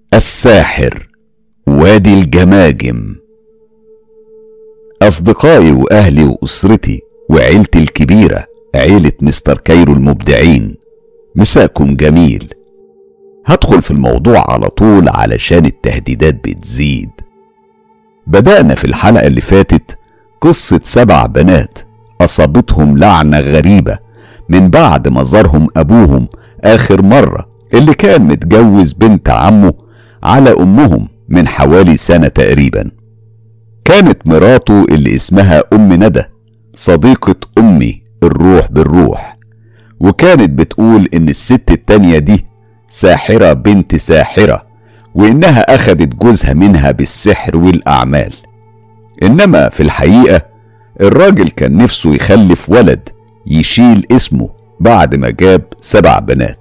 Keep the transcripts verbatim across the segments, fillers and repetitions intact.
الساحر، وادي الجماجم. أصدقائي وأهلي وأسرتي وعيلتي الكبيرة، عيلة مستر كايرو المبدعين، مساكم جميل. هدخل في الموضوع على طول علشان التهديدات بتزيد. بدأنا في الحلقة اللي فاتت قصة سبع بنات أصابتهم لعنة غريبة من بعد ما زارهم أبوهم آخر مرة، اللي كان متجوز بنت عمه على أمهم من حوالي سنة تقريبا. كانت مراته اللي اسمها أم ندى صديقة أمي الروح بالروح، وكانت بتقول إن الست التانية دي ساحرة بنت ساحرة، وإنها أخدت جوزها منها بالسحر والأعمال. إنما في الحقيقة الراجل كان نفسه يخلف ولد يشيل اسمه بعد ما جاب سبع بنات.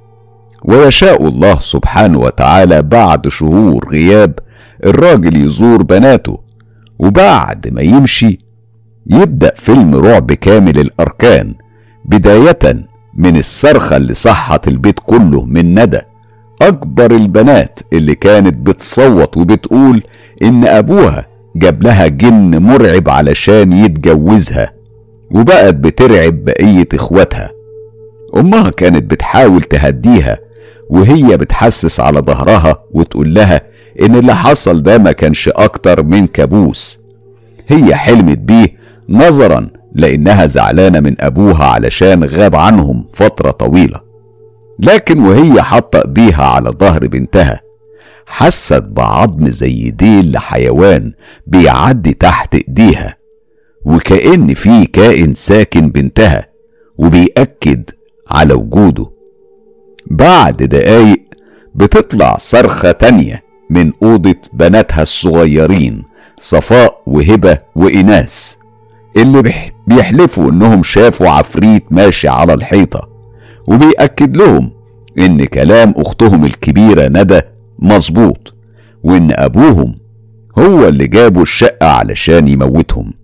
ويشاء الله سبحانه وتعالى بعد شهور غياب الراجل يزور بناته، وبعد ما يمشي يبدأ فيلم رعب كامل الأركان، بداية من الصرخة اللي صحت البيت كله من ندى أكبر البنات اللي كانت بتصوت وبتقول إن أبوها جاب لها جن مرعب علشان يتجوزها، وبقت بترعب بقية إخواتها. أمها كانت بتحاول تهديها وهي بتحسس على ظهرها وتقول لها إن اللي حصل ده ما كانش أكتر من كابوس هي حلمت بيه، نظرا لأنها زعلانة من أبوها علشان غاب عنهم فترة طويلة. لكن وهي حاطة ايديها على ظهر بنتها حست بعظم زي ديل لحيوان بيعدي تحت ايديها، وكأن في كائن ساكن بنتها وبيأكد على وجوده. بعد دقايق بتطلع صرخة تانية من أوضة بناتها الصغيرين صفاء وهبة وإناس، اللي بيحلفوا إنهم شافوا عفريت ماشي على الحيطة، وبيأكد لهم إن كلام أختهم الكبيرة ندى مظبوط، وإن أبوهم هو اللي جابوا الشقة علشان يموتهم.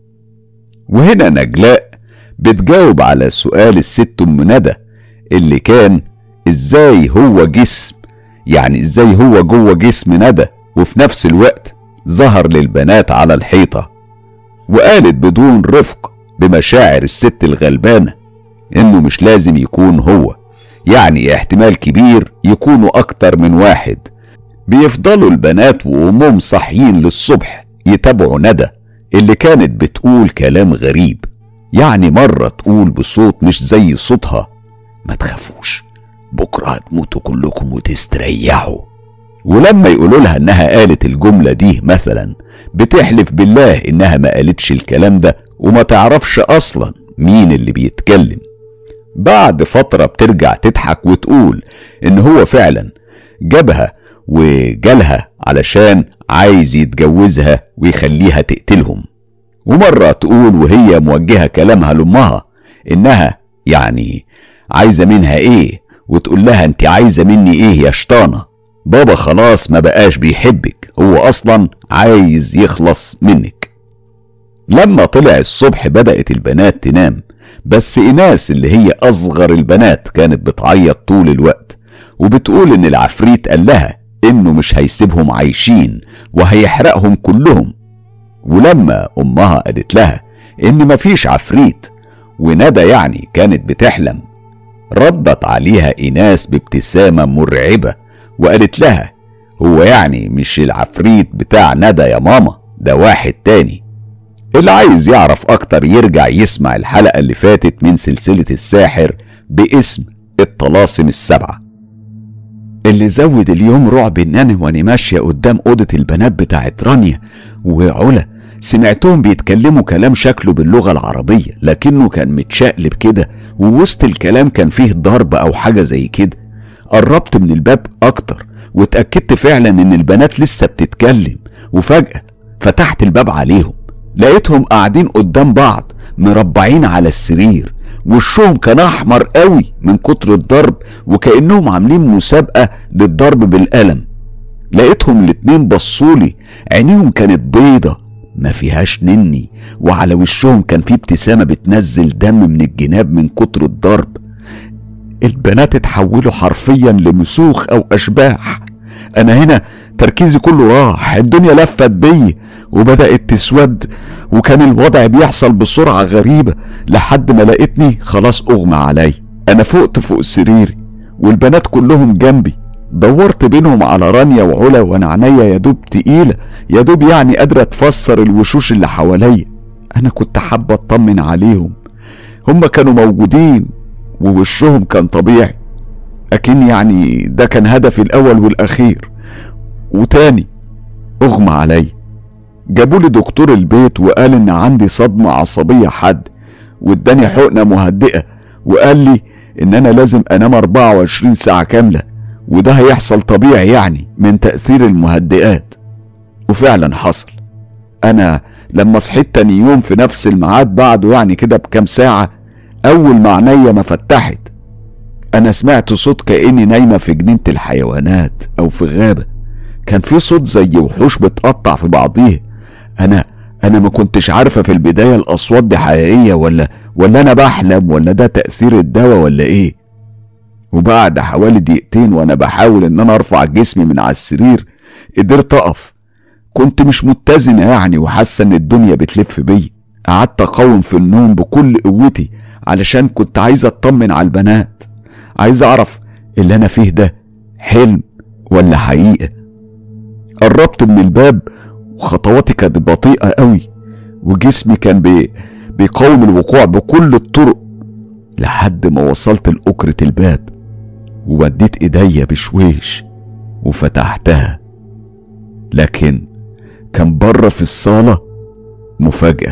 وهنا نجلاء بتجاوب على سؤال الست أم ندى اللي كان إزاي هو جسم، يعني إزاي هو جوه جسم ندى وفي نفس الوقت ظهر للبنات على الحيطة. وقالت بدون رفق بمشاعر الست الغلبانة إنه مش لازم يكون هو، يعني احتمال كبير يكونوا أكتر من واحد. بيفضلوا البنات وأمهم صاحيين للصبح يتابعوا ندى اللي كانت بتقول كلام غريب، يعني مرة تقول بصوت مش زي صوتها ما تخافوش بكرة هتموتوا كلكم وتستريحوا، ولما يقولوا لها انها قالت الجملة دي مثلا بتحلف بالله انها ما قالتش الكلام ده وما تعرفش اصلا مين اللي بيتكلم. بعد فترة بترجع تضحك وتقول ان هو فعلا جابها وجالها علشان عايز يتجوزها ويخليها تقتلهم. ومرة تقول وهي موجهة كلامها لأمها انها يعني عايزة منها ايه، وتقول لها انت عايزة مني ايه يا شطانة، بابا خلاص ما بقاش بيحبك، هو اصلا عايز يخلص منك. لما طلع الصبح بدأت البنات تنام، بس إناس اللي هي اصغر البنات كانت بتعيط طول الوقت، وبتقول ان العفريت قال لها انه مش هيسيبهم عايشين وهيحرقهم كلهم. ولما امها قالت لها ان مفيش عفريت وندى يعني كانت بتحلم، ردت عليها إناس بابتسامة مرعبة وقالت لها هو يعني مش العفريت بتاع ندى يا ماما، ده واحد تاني. اللي عايز يعرف اكتر يرجع يسمع الحلقة اللي فاتت من سلسلة الساحر باسم الطلاسم السبعة. اللي زود اليوم رعب ان انا وانا ماشية قدام اوضة البنات بتاعت رانيا وعلا سمعتهم بيتكلموا كلام شكله باللغة العربية لكنه كان متشقلب كده، ووسط الكلام كان فيه ضرب او حاجة زي كده. قربت من الباب اكتر واتأكدت فعلا ان البنات لسه بتتكلم، وفجأة فتحت الباب عليهم لقيتهم قاعدين قدام بعض مربعين على السرير، وشهم كان احمر قوي من كتر الضرب وكأنهم عاملين مسابقة للضرب بالقلم. لقيتهم الاتنين بصولي، عينيهم كانت بيضة ما فيهاش نني، وعلى وشهم كان فيه ابتسامة بتنزل دم من الجناب من كتر الضرب. البنات اتحولوا حرفيا لمسوخ او اشباح. انا هنا تركيزي كله راح، الدنيا لفت بي وبدأت تسود، وكان الوضع بيحصل بسرعة غريبة لحد ما لقيتني خلاص اغمى علي. انا فقت فوق سريري والبنات كلهم جنبي، دورت بينهم على رانيا وعلا وانا عينيا يا دوب تقيلة، يا دوب يعني قادرة تفسر الوشوش اللي حواليا. انا كنت حابة اطمن عليهم، هم كانوا موجودين ووشهم كان طبيعي، اكن يعني ده كان هدفي الاول والاخير. وتاني اغمى علي، جابولي دكتور البيت وقال ان عندي صدمة عصبية حاد، واداني حقنة مهدئة وقال لي ان انا لازم انام اربعة وعشرين ساعة كاملة، وده هيحصل طبيعي يعني من تأثير المهدئات. وفعلا حصل. انا لما صحيت تاني يوم في نفس الميعاد بعده يعني كده بكام ساعة، اول ما عينيا ما فتحت انا سمعت صوت كأني نايمة في جنينة الحيوانات او في غابة. كان في صوت زي وحوش بتقطع في بعضيها. انا انا ما كنتش عارفة في البداية الاصوات دي حقيقية ولا ولا انا بحلم ولا ده تأثير الدواء ولا ايه. وبعد حوالي دقيقتين وانا بحاول ان انا ارفع جسمي من على السرير قدرت اقف. كنت مش متزنة يعني وحاسة ان الدنيا بتلف بي. قعدت اقاوم في النوم بكل قوتي علشان كنت عايز اطمن على البنات، عايز اعرف اللي انا فيه ده حلم ولا حقيقة. قربت من الباب وخطواتي كانت بطيئة قوي وجسمي كان بي بيقاوم الوقوع بكل الطرق لحد ما وصلت لأكرة الباب ومديت ايديا بشويش وفتحتها. لكن كان بره في الصالة مفاجأة.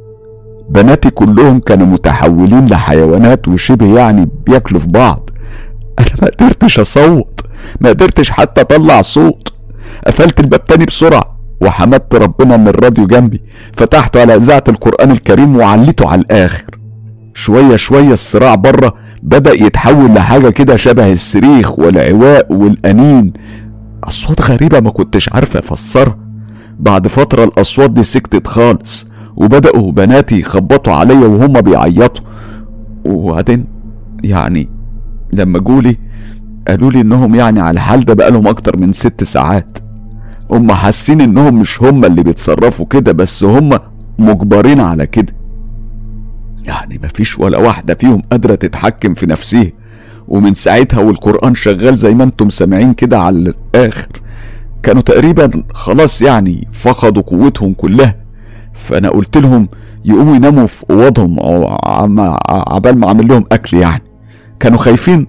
بناتي كلهم كانوا متحولين لحيوانات وشبه يعني بياكلوا في بعض. انا ما قدرتش اصوت، ما قدرتش حتى اطلع صوت. قفلت الباب تاني بسرعة وحمدت ربنا ان الراديو جنبي، فتحته على اذاعة القرآن الكريم وعليته على الاخر. شوية شوية الصراع بره بدأ يتحول لحاجة كده شبه الصريخ والعواء والأنين، أصوات غريبة ما كنتش عارفة أفسرها. بعد فترة الأصوات دي سكتت خالص وبدأوا بناتي يخبطوا عليا وهم بيعيطوا. وبعدين يعني لما جولي قالوا لي انهم يعني على الحال ده بقالهم اكتر من ست ساعات. هم حاسين انهم مش هم اللي بيتصرفوا كده، بس هم مجبرين على كده. يعني مفيش ولا واحدة فيهم قادرة تتحكم في نفسها. ومن ساعتها والقرآن شغال زي ما انتم سامعين كده على الاخر، كانوا تقريبا خلاص يعني فقدوا قوتهم كلها. فانا قلت لهم يقوموا يناموا في اوضهم عبال ما اعمل لهم اكل. يعني كانوا خايفين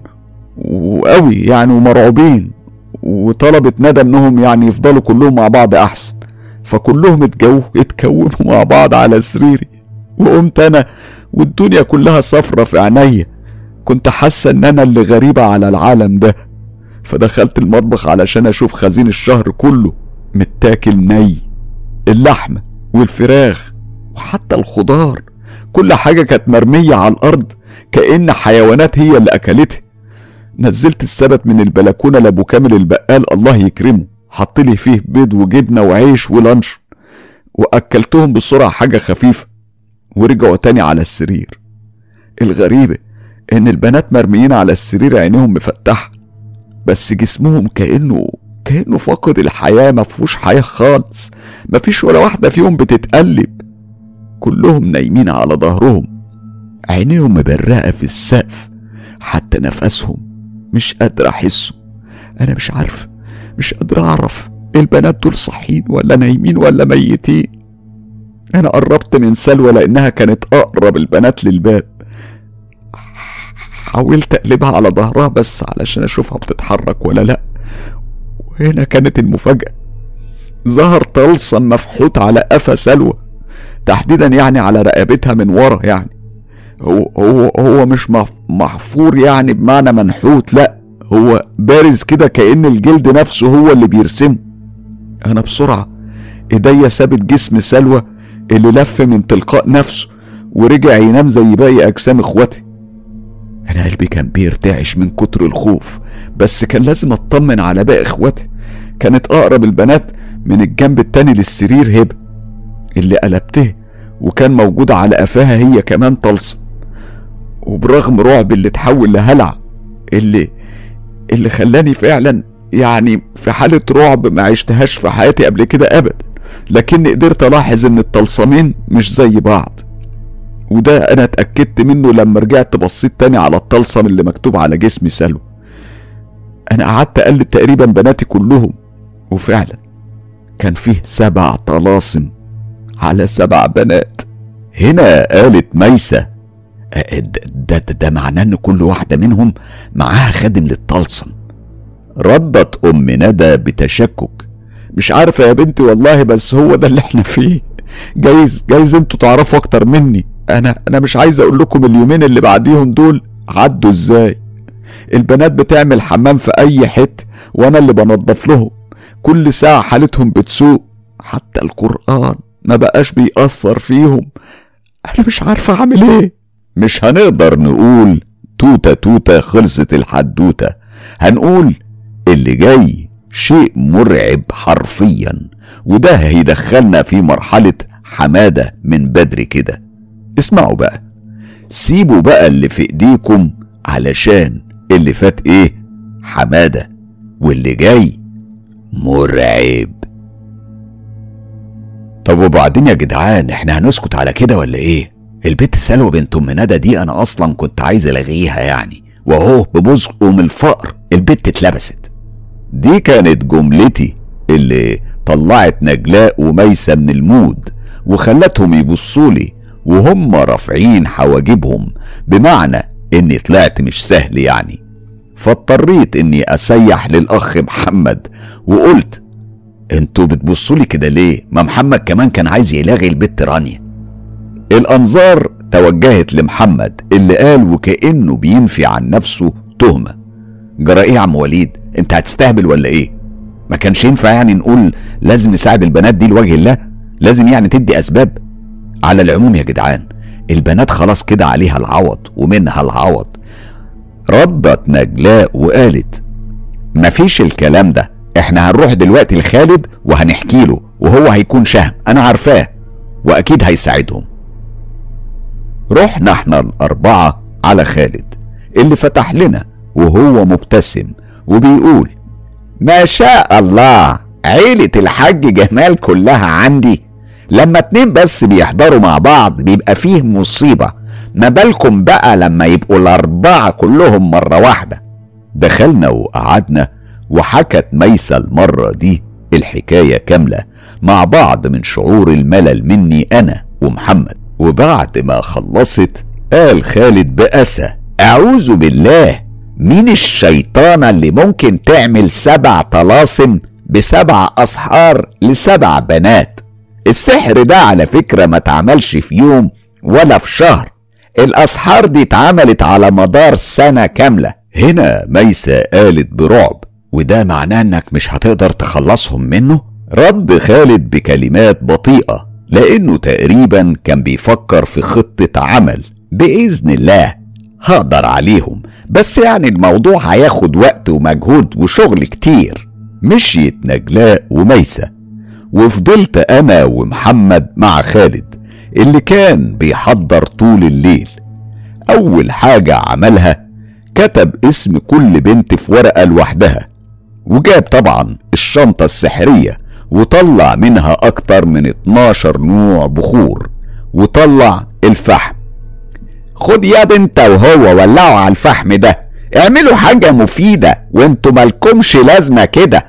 وقوي يعني ومرعوبين، وطلبت ندى انهم يعني يفضلوا كلهم مع بعض احسن. فكلهم اتجو اتكونوا مع بعض على سريري، وقمت انا والدنيا كلها صفرة في عينيا. كنت حاسة ان انا اللي غريبة على العالم ده. فدخلت المطبخ علشان اشوف خزين الشهر كله متاكل ني، اللحمة والفراخ وحتى الخضار، كل حاجة كانت مرمية على الارض كأن حيوانات هي اللي اكلتها. نزلت السبت من البلكونة لابو كامل البقال الله يكرمه، حطلي فيه بيض وجبنة وعيش ولانشون، واكلتهم بسرعة حاجة خفيفة ورجعوا تاني على السرير. الغريبة ان البنات مرميين على السرير عينيهم مفتحة، بس جسمهم كأنه كأنه فاقد الحياة، مفهوش حياة خالص، مفيش ولا واحدة فيهم بتتقلب. كلهم نايمين على ظهرهم، عينيهم مبرقة في السقف، حتى نفسهم مش قادر احسه. انا مش عارفة، مش قادر اعرف البنات دول صحيين ولا نايمين ولا ميتين. انا قربت من سلوى لانها كانت اقرب البنات للباب، حاولت اقلبها على ظهرها بس علشان اشوفها بتتحرك ولا لا. وهنا كانت المفاجأة، ظهر طلسم مفحوط على قفا سلوى، تحديدا يعني على رقبتها من ورا. يعني هو هو هو مش محفور يعني بمعنى منحوت، لا هو بارز كده كأن الجلد نفسه هو اللي بيرسمه. انا بسرعة ايديا سابت جسم سلوى اللي لف من تلقاء نفسه ورجع ينام زي باقي اجسام اخواتي. انا قلبي كان بيرتعش من كتر الخوف، بس كان لازم اطمن على باقي اخواتي. كانت اقرب البنات من الجنب التاني للسرير هبة اللي قلبته وكان موجود على قفاها هي كمان طلسم. وبرغم رعب اللي اتحول لهلع اللي اللي خلاني فعلا يعني في حالة رعب ما عشتهاش في حياتي قبل كده ابدا، لكني قدرت الاحظ ان الطلسمين مش زي بعض، وده انا اتأكدت منه لما رجعت بصيت تاني على الطلسم اللي مكتوب على جسمي سلوى. انا قعدت اقلب تقريبا بناتي كلهم، وفعلا كان فيه سبع طلاسم على سبع بنات. هنا قالت ميسة ده, ده, ده معناه ان كل واحدة منهم معاها خادم للطلسم. ردت ام ندى بتشكك، مش عارفة يا بنتي والله، بس هو ده اللي احنا فيه. جايز جايز انتوا تعرفوا اكتر مني. انا انا مش عايز اقول لكم اليومين اللي بعديهم دول عدوا ازاي. البنات بتعمل حمام في اي حته وانا اللي بنظف لهم، كل ساعة حالتهم بتسوء، حتى القرآن ما بقاش بيأثر فيهم. انا مش عارفة اعمل ايه. مش هنقدر نقول توتة توتة خلصت الحدوتة، هنقول اللي جاي شيء مرعب حرفيا، وده هيدخلنا في مرحلة حمادة من بدري كده. اسمعوا بقى، سيبوا بقى اللي في ايديكم علشان اللي فات ايه حمادة، واللي جاي مرعب. طب وبعدين يا جدعان، احنا هنسكت على كده ولا ايه؟ البت سلوى بنت ام ندى دي انا اصلا كنت عايز الغيها يعني، وهو ببزقه من الفقر البت اتلبست. دي كانت جملتي اللي طلعت نجلاء وميسة من المود وخلتهم يبصولي وهم رافعين حواجبهم، بمعنى اني طلعت مش سهل يعني. فاضطريت اني اسيح للاخ محمد وقلت انتوا بتبصولي كده ليه؟ ما محمد كمان كان عايز يلاغي البت رانيا. الانظار توجهت لمحمد اللي قال وكأنه بينفي عن نفسه تهمة، جرى ايه يا عم وليد؟ انت هتستهبل ولا ايه؟ ما كانش ينفع يعني نقول لازم نساعد البنات دي لوجه الله؟ لازم يعني تدي اسباب؟ على العموم يا جدعان، البنات خلاص كده عليها العوض ومنها العوض. ردت نجلاء وقالت مفيش الكلام ده، احنا هنروح دلوقتي لخالد وهنحكي له، وهو هيكون شهم انا عارفاه واكيد هيساعدهم. رحنا احنا الاربعة على خالد اللي فتح لنا وهو مبتسم وبيقول ما شاء الله، عيلة الحاج جمال كلها عندي، لما اتنين بس بيحضروا مع بعض بيبقى فيه مصيبة، ما بالكم بقى لما يبقوا الاربعة كلهم مرة واحدة. دخلنا وقعدنا وحكت ميسة المرة دي الحكاية كاملة مع بعض من شعور الملل مني انا ومحمد. وبعد ما خلصت قال خالد بأسى اعوذ بالله، مين الشيطانة اللي ممكن تعمل سبع طلاسم بسبع اسحار لسبع بنات؟ السحر ده على فكرة ما اتعملش في يوم ولا في شهر، الاسحار دي اتعملت على مدار سنة كاملة. هنا ميسة قالت برعب وده معناه انك مش هتقدر تخلصهم منه؟ رد خالد بكلمات بطيئة لانه تقريبا كان بيفكر في خطة عمل. باذن الله هقدر عليهم، بس يعني الموضوع هياخد وقت ومجهود وشغل كتير. مشيت نجلاء وميسة وفضلت انا ومحمد مع خالد اللي كان بيحضر طول الليل. اول حاجة عملها كتب اسم كل بنت في ورقة لوحدها، وجاب طبعا الشنطة السحرية وطلع منها اكتر من اتناشر نوع بخور، وطلع الفحم. خد يا انت وهو ولعوا على الفحم ده، اعملوا حاجة مفيدة وانتوا مالكمش لازمة كده.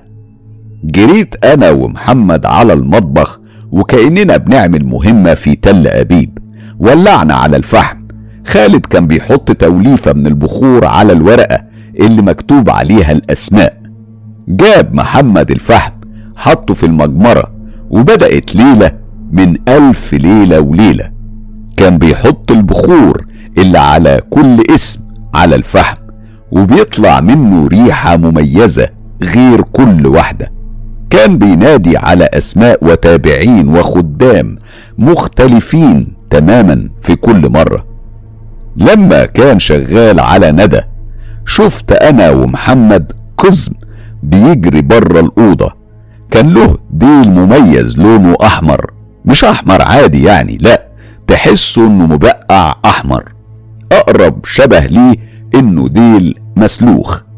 جريت انا ومحمد على المطبخ وكأننا بنعمل مهمة في تل ابيب. ولعنا على الفحم، خالد كان بيحط توليفة من البخور على الورقة اللي مكتوب عليها الاسماء. جاب محمد الفحم حطه في المجمرة وبدأت ليلة من ألف ليلة وليلة. كان بيحط البخور اللي على كل اسم على الفحم وبيطلع منه ريحة مميزة غير كل واحدة. كان بينادي على أسماء وتابعين وخدام مختلفين تماما في كل مرة. لما كان شغال على ندى شفت أنا ومحمد قزم بيجري بره الأوضة، كان له ديل مميز لونه أحمر، مش أحمر عادي يعني، لا تحسه إنه مبقع أحمر، أقرب شبه ليه إنه ديل مسلوخ.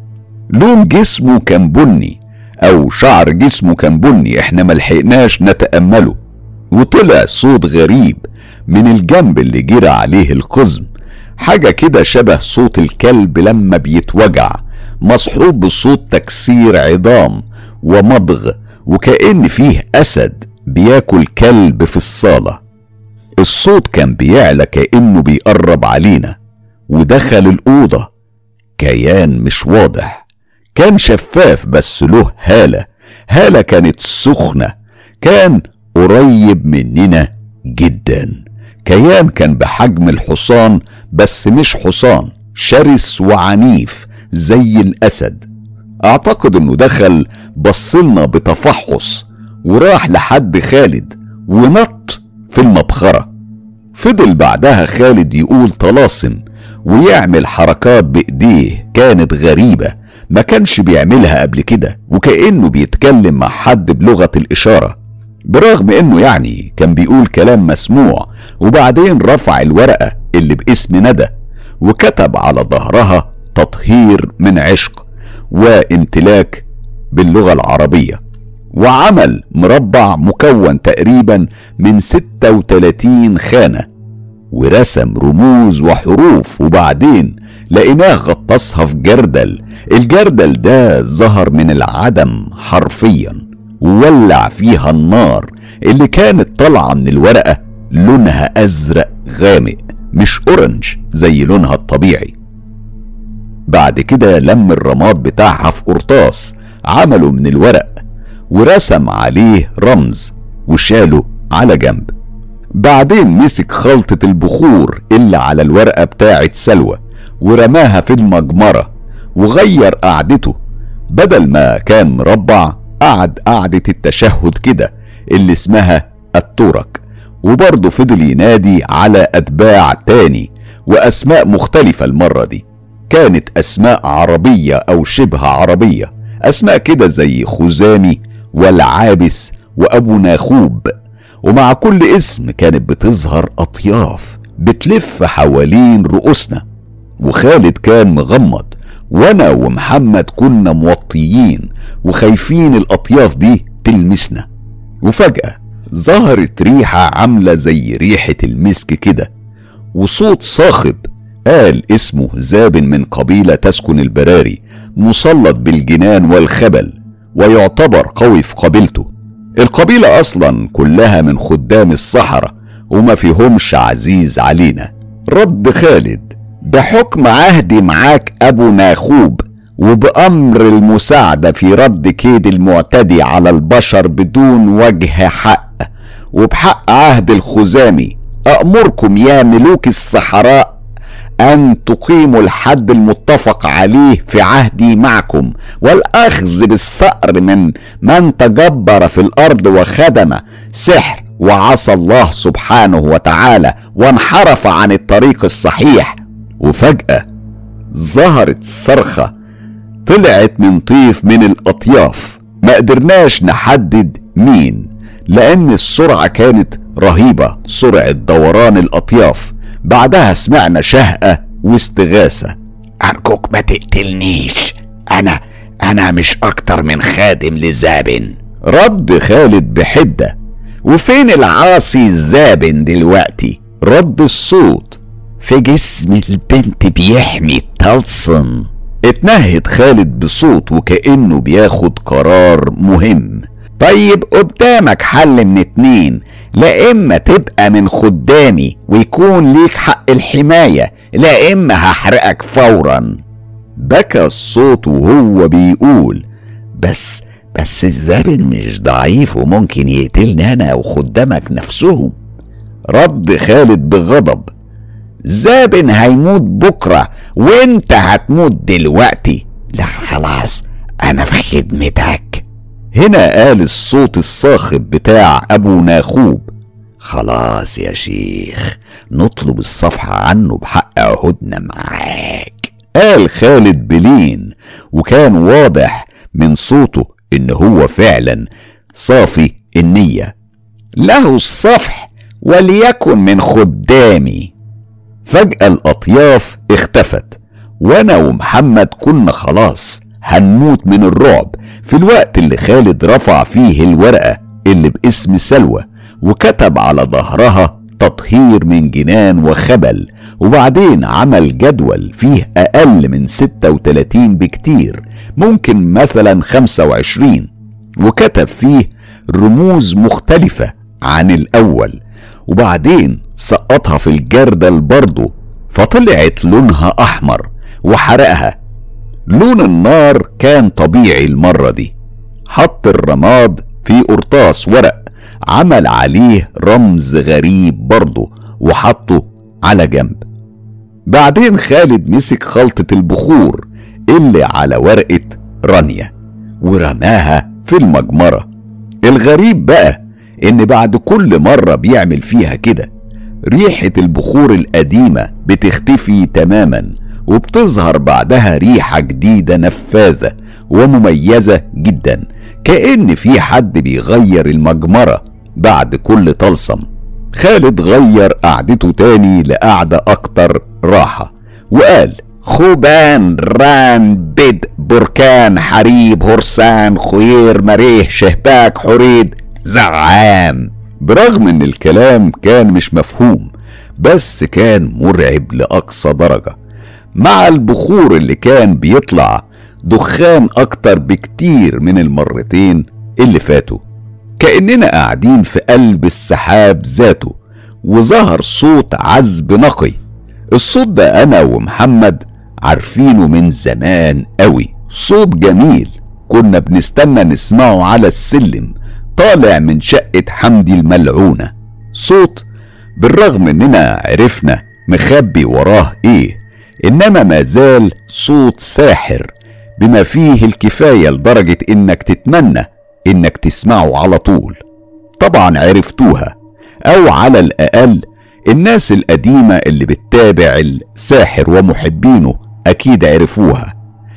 لون جسمه كان بني او شعر جسمه كان بني، احنا ملحقناش نتأمله. وطلع صوت غريب من الجنب اللي جرى عليه القزم، حاجة كده شبه صوت الكلب لما بيتوجع، مصحوب بصوت تكسير عظام ومضغ، وكأن فيه أسد بياكل كلب في الصالة. الصوت كان بيعلى كأنه بيقرب علينا، ودخل الأوضة. كيان مش واضح، كان شفاف بس له هالة، هالة كانت سخنة، كان قريب مننا جدا. كيان كان بحجم الحصان بس مش حصان، شرس وعنيف زي الأسد. أعتقد إنه دخل بصلنا بتفحص وراح لحد خالد ونط في المبخرة. فضل بعدها خالد يقول طلاسم ويعمل حركات بإيديه كانت غريبة ما كانش بيعملها قبل كده، وكأنه بيتكلم مع حد بلغة الإشارة، برغم إنه يعني كان بيقول كلام مسموع. وبعدين رفع الورقة اللي باسم ندى وكتب على ظهرها تطهير من عشق وامتلاك باللغة العربية، وعمل مربع مكون تقريبا من ستة وتلاتين خانة، ورسم رموز وحروف. وبعدين لقيناه غطسها في جردل، الجردل ده ظهر من العدم حرفيا، وولع فيها النار اللي كانت طالعة من الورقة لونها أزرق غامق مش أورنج زي لونها الطبيعي. بعد كده لم الرماد بتاعها في قرطاس عمله من الورق ورسم عليه رمز وشاله على جنب. بعدين مسك خلطة البخور اللي على الورقة بتاعت سلوى ورماها في المجمرة، وغير قعدته، بدل ما كان مربع قعد قعدة التشهد كده اللي اسمها التورك. وبرضه فضل ينادي على أتباع تاني وأسماء مختلفة. المرة دي كانت أسماء عربية أو شبه عربية، أسماء كده زي خزامي والعابس وأبو ناخوب، ومع كل اسم كانت بتظهر أطياف بتلف حوالين رؤوسنا. وخالد كان مغمض، وانا ومحمد كنا موطيين وخايفين الأطياف دي تلمسنا. وفجأة ظهرت ريحة عاملة زي ريحة المسك كده، وصوت صاخب قال اسمه زاب من قبيلة تسكن البراري، مسلط بالجنان والخبل ويعتبر قوي في قبيلته. القبيلة أصلا كلها من خدام الصحراء وما فيهمش عزيز علينا. رد خالد: بحكم عهدي معاك أبو ناخوب وبأمر المساعدة في رد كيد المعتدي على البشر بدون وجه حق، وبحق عهد الخزامي، أأمركم يا ملوك الصحراء أن تقيموا الحد المتفق عليه في عهدي معكم، والأخذ بالثأر من من تجبر في الأرض وخدم سحر وعصى الله سبحانه وتعالى وانحرف عن الطريق الصحيح. وفجأة ظهرت صرخة طلعت من طيف من الأطياف، ما قدرناش نحدد مين لأن السرعة كانت رهيبة، سرعة دوران الأطياف. بعدها سمعنا شهقة واستغاثة: أرجوك ما تقتلنيش، أنا أنا مش أكتر من خادم لزابن. رد خالد بحدة: وفين العاصي زابن دلوقتي؟ رد الصوت: في جسم البنت بيحمي الطلسم. اتنهد خالد بصوت وكأنه بياخد قرار مهم: طيب قدامك حل من اتنين، لا اما تبقى من خدامي ويكون ليك حق الحماية، لا اما هحرقك فورا. بكى الصوت وهو بيقول: بس بس الزابن مش ضعيف وممكن يقتلني انا وخدامك نفسهم. رد خالد بغضب: زابن هيموت بكرة وانت هتموت دلوقتي. لا خلاص انا في خدمتك. هنا قال الصوت الصاخب بتاع ابو ناخوب: خلاص يا شيخ نطلب الصفحة عنه بحق عهودنا معاك. قال خالد بلين، وكان واضح من صوته ان هو فعلا صافي النية: له الصفح وليكن من خدامي. فجأة الأطياف اختفت، وانا ومحمد كنا خلاص هنموت من الرعب في الوقت اللي خالد رفع فيه الورقة اللي باسم سلوى وكتب على ظهرها تطهير من جنان وخبل، وبعدين عمل جدول فيه أقل من ستة وتلاتين بكتير، ممكن مثلا خمسة وعشرين، وكتب فيه رموز مختلفة عن الأول، وبعدين سقطها في الجردل برضه فطلعت لونها أحمر وحرقها. لون النار كان طبيعي المرة دي. حط الرماد في قرطاس ورق عمل عليه رمز غريب برضه وحطه على جنب. بعدين خالد مسك خلطة البخور اللي على ورقة رانيا ورماها في المجمرة. الغريب بقى ان بعد كل مرة بيعمل فيها كده ريحة البخور القديمة بتختفي تماما وبتظهر بعدها ريحة جديدة نفاذة ومميزة جدا، كأن في حد بيغير المجمرة بعد كل طلسم. خالد غير قعدته تاني لقعدة اكتر راحة وقال: خوبان ران بد بركان حريب هرسان خير مريه شهباك حريد زعام. برغم ان الكلام كان مش مفهوم بس كان مرعب لأقصى درجة، مع البخور اللي كان بيطلع دخان اكتر بكتير من المرتين اللي فاتوا، كأننا قاعدين في قلب السحاب ذاته. وظهر صوت عذب نقي. الصوت ده انا ومحمد عارفينه من زمان قوي، صوت جميل كنا بنستنى نسمعه على السلم طالع من شقة حمدي الملعونة. صوت بالرغم اننا عرفنا مخبي وراه ايه، انما ما زال صوت ساحر بما فيه الكفاية لدرجة انك تتمنى انك تسمعه على طول. طبعا عرفتوها، او على الاقل الناس القديمة اللي بتتابع الساحر ومحبينه اكيد عرفوها.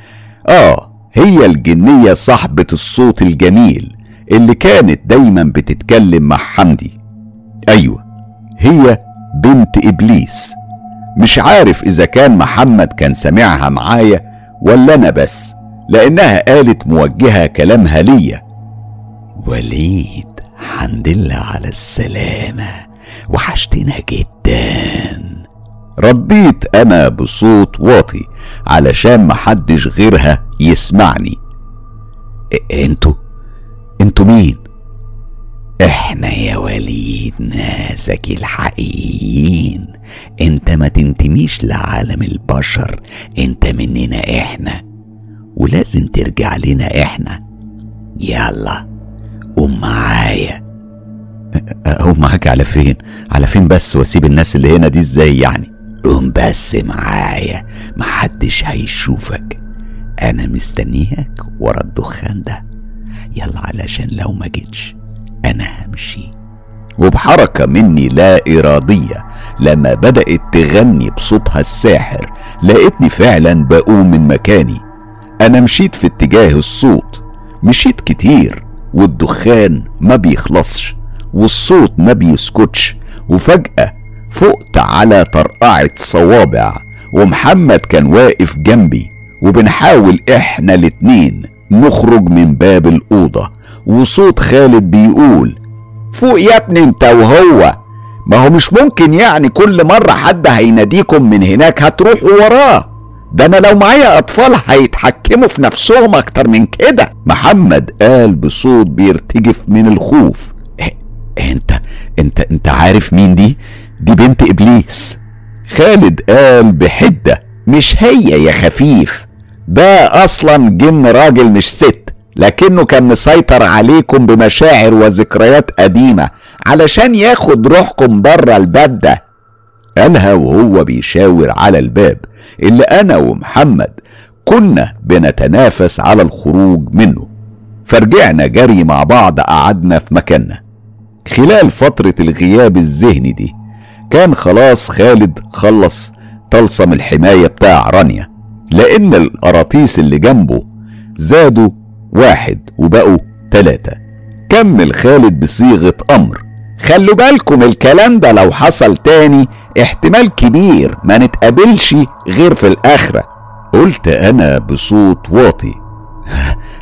اه هي الجنية صاحبة الصوت الجميل اللي كانت دايما بتتكلم مع حمدي. ايوه هي بنت ابليس. مش عارف اذا كان محمد كان سمعها معايا ولا انا بس، لانها قالت موجهة كلامها ليا: وليد حمدلله على السلامة وحشتنا جدا. رديت انا بصوت واطي علشان محدش غيرها يسمعني: انتوا انتوا مين؟ احنا يا وليد ناسك الحقيقيين، انت ما تنتميش لعالم البشر، انت مننا احنا ولازم ترجع لنا احنا. يلا قوم معايا. اقوم معاك على فين؟ على فين بس واسيب الناس اللي هنا دي ازاي يعني؟ قوم بس معايا، محدش هيشوفك، انا مستنياك ورا الدخان ده. يلا علشان لو ما جيتش انا همشي. وبحركة مني لا ارادية لما بدأت تغني بصوتها الساحر لقيتني فعلا بقوم من مكاني. انا مشيت في اتجاه الصوت، مشيت كتير والدخان ما بيخلصش والصوت ما بيسكتش، وفجأة فقت على طرقعة صوابع ومحمد كان واقف جنبي وبنحاول احنا الاتنين نخرج من باب الأوضة، وصوت خالد بيقول: فوق يا ابني انت وهو، ما هو مش ممكن يعني كل مرة حد هيناديكم من هناك هتروحوا وراه، ده انا لو معايا اطفال هيتحكموا في نفسهم اكتر من كده. محمد قال بصوت بيرتجف من الخوف: انت انت انت عارف مين دي؟ دي بنت ابليس. خالد قال بحدة: مش هي يا خفيف، ده اصلا جن راجل مش ست، لكنه كان مسيطر عليكم بمشاعر وذكريات قديمة علشان ياخد روحكم بره الباب ده. قالها وهو بيشاور على الباب اللي انا ومحمد كنا بنتنافس على الخروج منه، فرجعنا جري مع بعض قعدنا في مكاننا. خلال فترة الغياب الذهني دي كان خلاص خالد خلص طلسم الحماية بتاع رانيا، لان القراطيس اللي جنبه زادوا واحد وبقوا تلاتة. كمل خالد بصيغة امر: خلوا بالكم الكلام ده لو حصل تاني احتمال كبير ما نتقابلش غير في الاخرة. قلت انا بصوت واطي: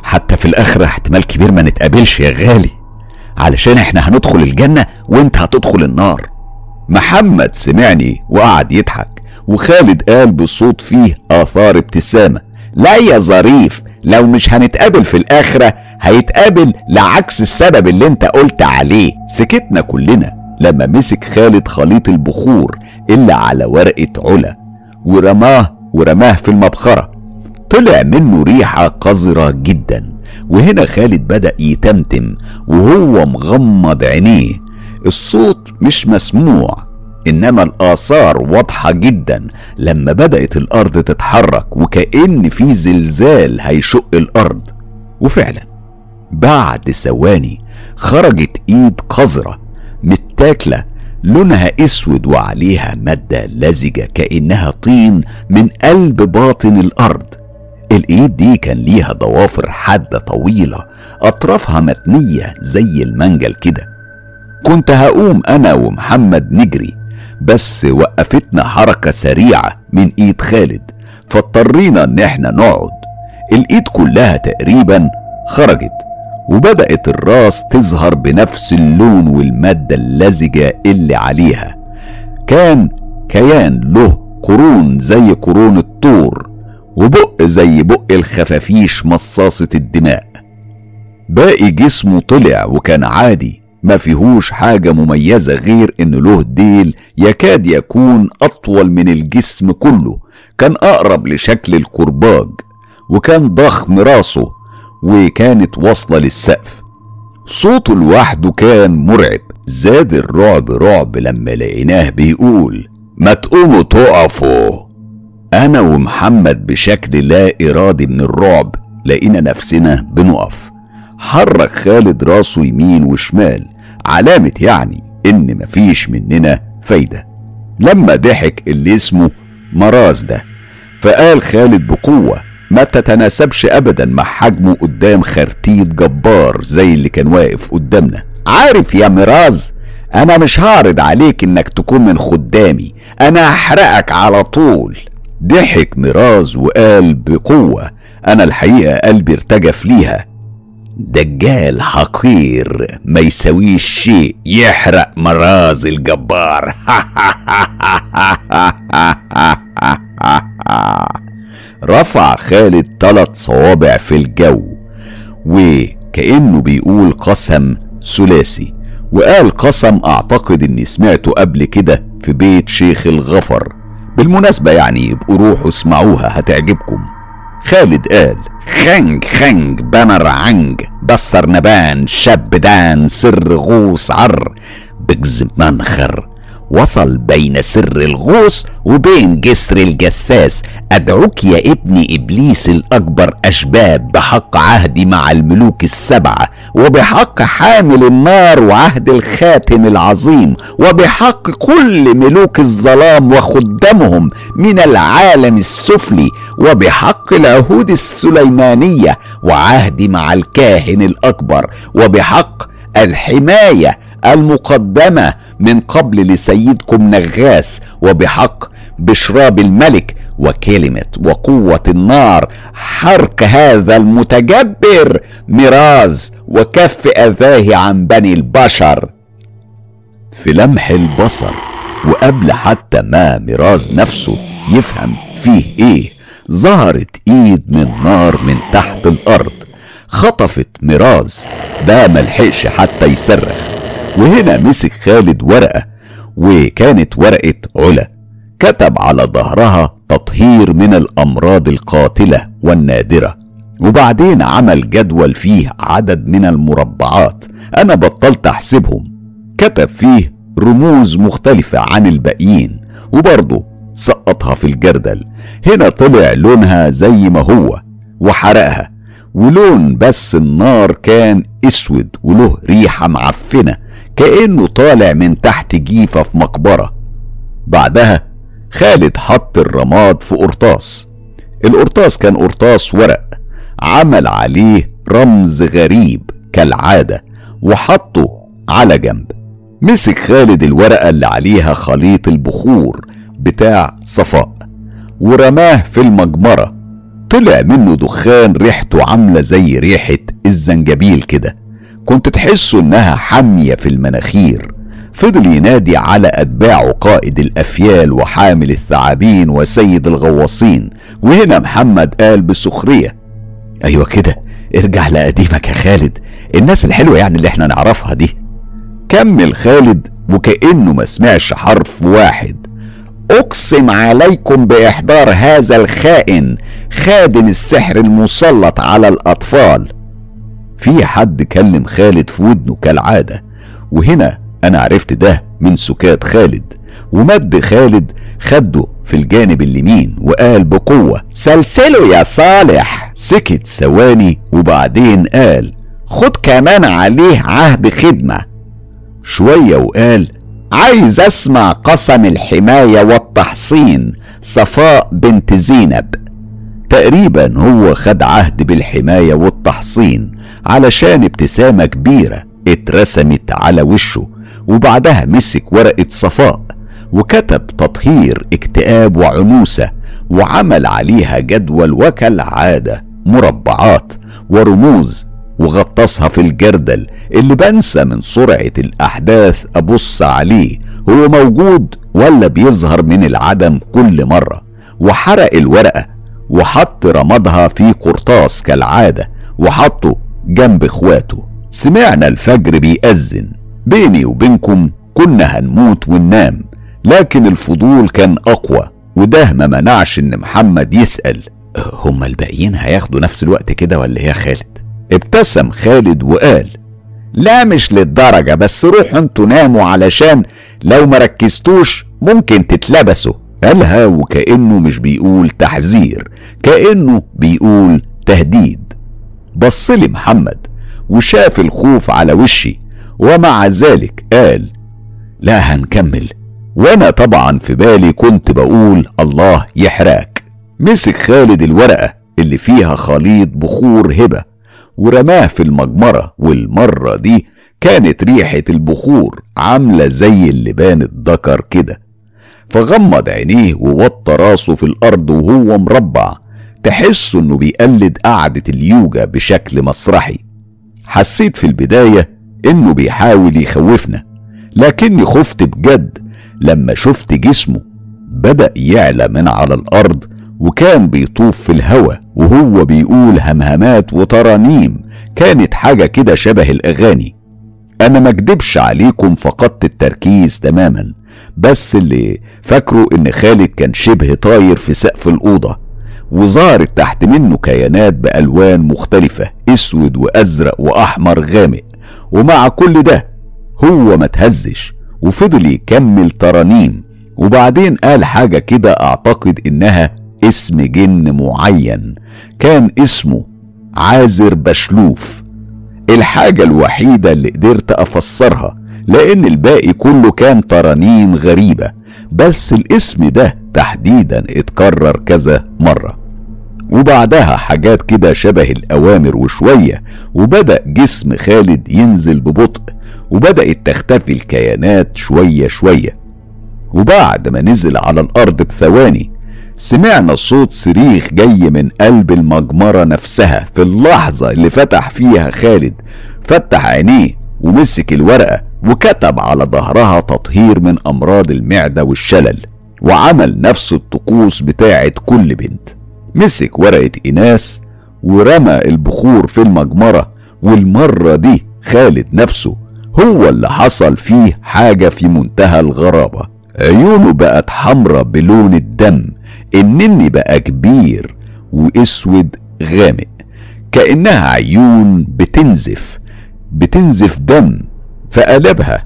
حتى في الاخرة احتمال كبير ما نتقابلش يا غالي، علشان احنا هندخل الجنة وانت هتدخل النار. محمد سمعني وقعد يضحك، وخالد قال بصوت فيه آثار ابتسامة: لا يا ظريف، لو مش هنتقابل في الآخرة هيتقابل لعكس السبب اللي انت قلت عليه. سكتنا كلنا لما مسك خالد خليط البخور اللي على ورقة علا ورماه ورماه في المبخرة. طلع منه ريحة قذرة جدا، وهنا خالد بدأ يتمتم وهو مغمض عينيه. الصوت مش مسموع، انما الاثار واضحة جدا لما بدأت الارض تتحرك وكأن في زلزال هيشق الارض. وفعلا بعد ثواني خرجت ايد قذرة متاكلة لونها اسود وعليها مادة لزجة كأنها طين من قلب باطن الارض. الايد دي كان ليها ضوافر حادة طويلة اطرافها متنية زي المنجل كده. كنت هقوم انا ومحمد نجري، بس وقفتنا حركة سريعة من ايد خالد، فاضطرينا ان احنا نقعد. الايد كلها تقريبا خرجت، وبدأت الراس تظهر بنفس اللون والمادة اللزجة اللي عليها. كان كيان له قرون زي قرون الطور، وبق زي بق الخفافيش مصاصة الدماء. باقي جسمه طلع وكان عادي، ما فيهوش حاجة مميزة غير ان له ديل يكاد يكون اطول من الجسم كله، كان اقرب لشكل الكرباج، وكان ضخم راسه وكانت واصلة للسقف. صوته لوحده كان مرعب، زاد الرعب رعب لما لقيناه بيقول: ما تقوموا تقفوا. انا ومحمد بشكل لا ارادي من الرعب لقينا نفسنا بنقف. حرك خالد راسه يمين وشمال، علامة يعني ان مفيش مننا فايدة. لما ضحك اللي اسمه مراز ده، فقال خالد بقوة ما تتناسبش ابدا مع حجمه قدام خرتيت جبار زي اللي كان واقف قدامنا: عارف يا مراز، انا مش هعرض عليك انك تكون من خدامي، انا هحرقك على طول. ضحك مراز وقال بقوة، انا الحقيقة قلبي ارتجف ليها: دجال حقير ما يسويش شيء يحرق مراز الجبار. رفع خالد ثلاث صوابع في الجو وكأنه بيقول قسم ثلاثي، وقال قسم اعتقد اني سمعته قبل كده في بيت شيخ الغفر. بالمناسبة يعني يبقوا روحوا اسمعوها هتعجبكم. خالد قال: خنج خنج بنر عنج بصر نبان شاب دان سر غوص عر بجز منخر وصل بين سر الغوص وبين جسر الجساس. ادعوك يا ابن ابليس الاكبر اشباب بحق عهدي مع الملوك السبعة، وبحق حامل النار وعهد الخاتم العظيم، وبحق كل ملوك الظلام وخدامهم من العالم السفلي، وبحق العهود السليمانية وعهدي مع الكاهن الاكبر، وبحق الحماية المقدمة من قبل لسيدكم نغاس، وبحق بشراب الملك وكلمة وقوة النار حرق هذا المتجبر مراز وكف أذاه عن بني البشر. في لمح البصر وقبل حتى ما مراز نفسه يفهم فيه ايه، ظهرت ايد من نار من تحت الارض خطفت مراز. ده ملحقش حتى يصرخ. وهنا مسك خالد ورقة، وكانت ورقة علا، كتب على ظهرها تطهير من الأمراض القاتلة والنادرة، وبعدين عمل جدول فيه عدد من المربعات أنا بطلت أحسبهم، كتب فيه رموز مختلفة عن الباقيين، وبرضه سقطها في الجردل. هنا طلع لونها زي ما هو وحرقها، ولون بس النار كان اسود وله ريحة معفنة كأنه طالع من تحت جيفة في مقبرة. بعدها خالد حط الرماد في قرطاس. القرطاس كان قرطاس ورق، عمل عليه رمز غريب كالعادة وحطه على جنب. مسك خالد الورقة اللي عليها خليط البخور بتاع صفاء ورماه في المجمرة. طلع منه دخان ريحته عاملة زي ريحة الزنجبيل كده، كنت تحسه انها حامية في المناخير. فضل ينادي على أتباعه قائد الأفيال وحامل الثعابين وسيد الغواصين. وهنا محمد قال بسخرية: أيوة كده، ارجع لقديمك يا خالد، الناس الحلوة يعني اللي احنا نعرفها دي. كمل خالد وكأنه ما سمعش حرف واحد: أقسم عليكم بإحضار هذا الخائن خادم السحر المسلط على الأطفال. في حد كلم خالد في ودنه كالعادة، وهنا أنا عرفت ده من سكات خالد. ومد خالد خده في الجانب اليمين وقال بقوة: سلسله يا صالح. سكت ثواني وبعدين قال: خد كمان عليه عهد خدمة. شوية وقال: عايز اسمع قسم الحماية والتحصين صفاء بنت زينب. تقريبا هو خد عهد بالحماية والتحصين علشان ابتسامة كبيرة اترسمت على وشه، وبعدها مسك ورقة صفاء وكتب تطهير اكتئاب وعنوسة، وعمل عليها جدول وكالعادة مربعات ورموز، وغطسها في الجردل اللي بنسى من سرعة الأحداث أبص عليه هو موجود ولا بيظهر من العدم كل مرة. وحرق الورقة وحط رمضها في قرطاس كالعادة وحطه جنب اخواته. سمعنا الفجر بيأذن. بيني وبينكم كنا هنموت وننام، لكن الفضول كان أقوى، وده ما منعش إن محمد يسأل: هما الباقيين هياخدوا نفس الوقت كده ولا يا خالد؟ ابتسم خالد وقال: لا مش للدرجة، بس روحوا انتوا ناموا علشان لو مركزتوش ممكن تتلبسوا. قالها وكأنه مش بيقول تحذير، كأنه بيقول تهديد. بصلي محمد وشاف الخوف على وشي، ومع ذلك قال: لا هنكمل. وانا طبعا في بالي كنت بقول الله يحرقك. مسك خالد الورقة اللي فيها خليط بخور هبة ورماه في المجمرة، والمرة دي كانت ريحة البخور عاملة زي اللبان الذكر كده. فغمض عينيه ووطى راسه في الأرض وهو مربع، تحس انه بيقلد قعدة اليوجا بشكل مسرحي. حسيت في البداية انه بيحاول يخوفنا، لكني خفت بجد لما شفت جسمه بدأ يعلى من على الأرض، وكان بيطوف في الهواء وهو بيقول همهمات وترانيم، كانت حاجة كده شبه الأغاني. أنا ما اكدبش عليكم، فقدت التركيز تماما، بس اللي فاكره إن خالد كان شبه طاير في سقف الأوضة، وظهرت تحت منه كيانات بألوان مختلفة، أسود وأزرق وأحمر غامق. ومع كل ده هو ما تهزش وفضل يكمل ترانيم، وبعدين قال حاجة كده أعتقد إنها اسم جن معين، كان اسمه عازر بشلوف. الحاجة الوحيدة اللي قدرت أفسرها، لأن الباقي كله كان ترانيم غريبة، بس الاسم ده تحديدا اتكرر كذا مرة. وبعدها حاجات كده شبه الأوامر وشوية، وبدأ جسم خالد ينزل ببطء، وبدأت تختفي الكيانات شوية شوية. وبعد ما نزل على الأرض بثواني سمعنا صوت صريخ جاي من قلب المجمرة نفسها. في اللحظة اللي فتح فيها خالد فتح عينيه ومسك الورقة وكتب على ظهرها تطهير من أمراض المعدة والشلل، وعمل نفس الطقوس بتاعت كل بنت. مسك ورقة إناث ورمى البخور في المجمرة، والمرة دي خالد نفسه هو اللي حصل فيه حاجة في منتهى الغرابة. عيونه بقت حمرة بلون الدم، النني بقى كبير واسود غامق، كأنها عيون بتنزف بتنزف دم فقلبها،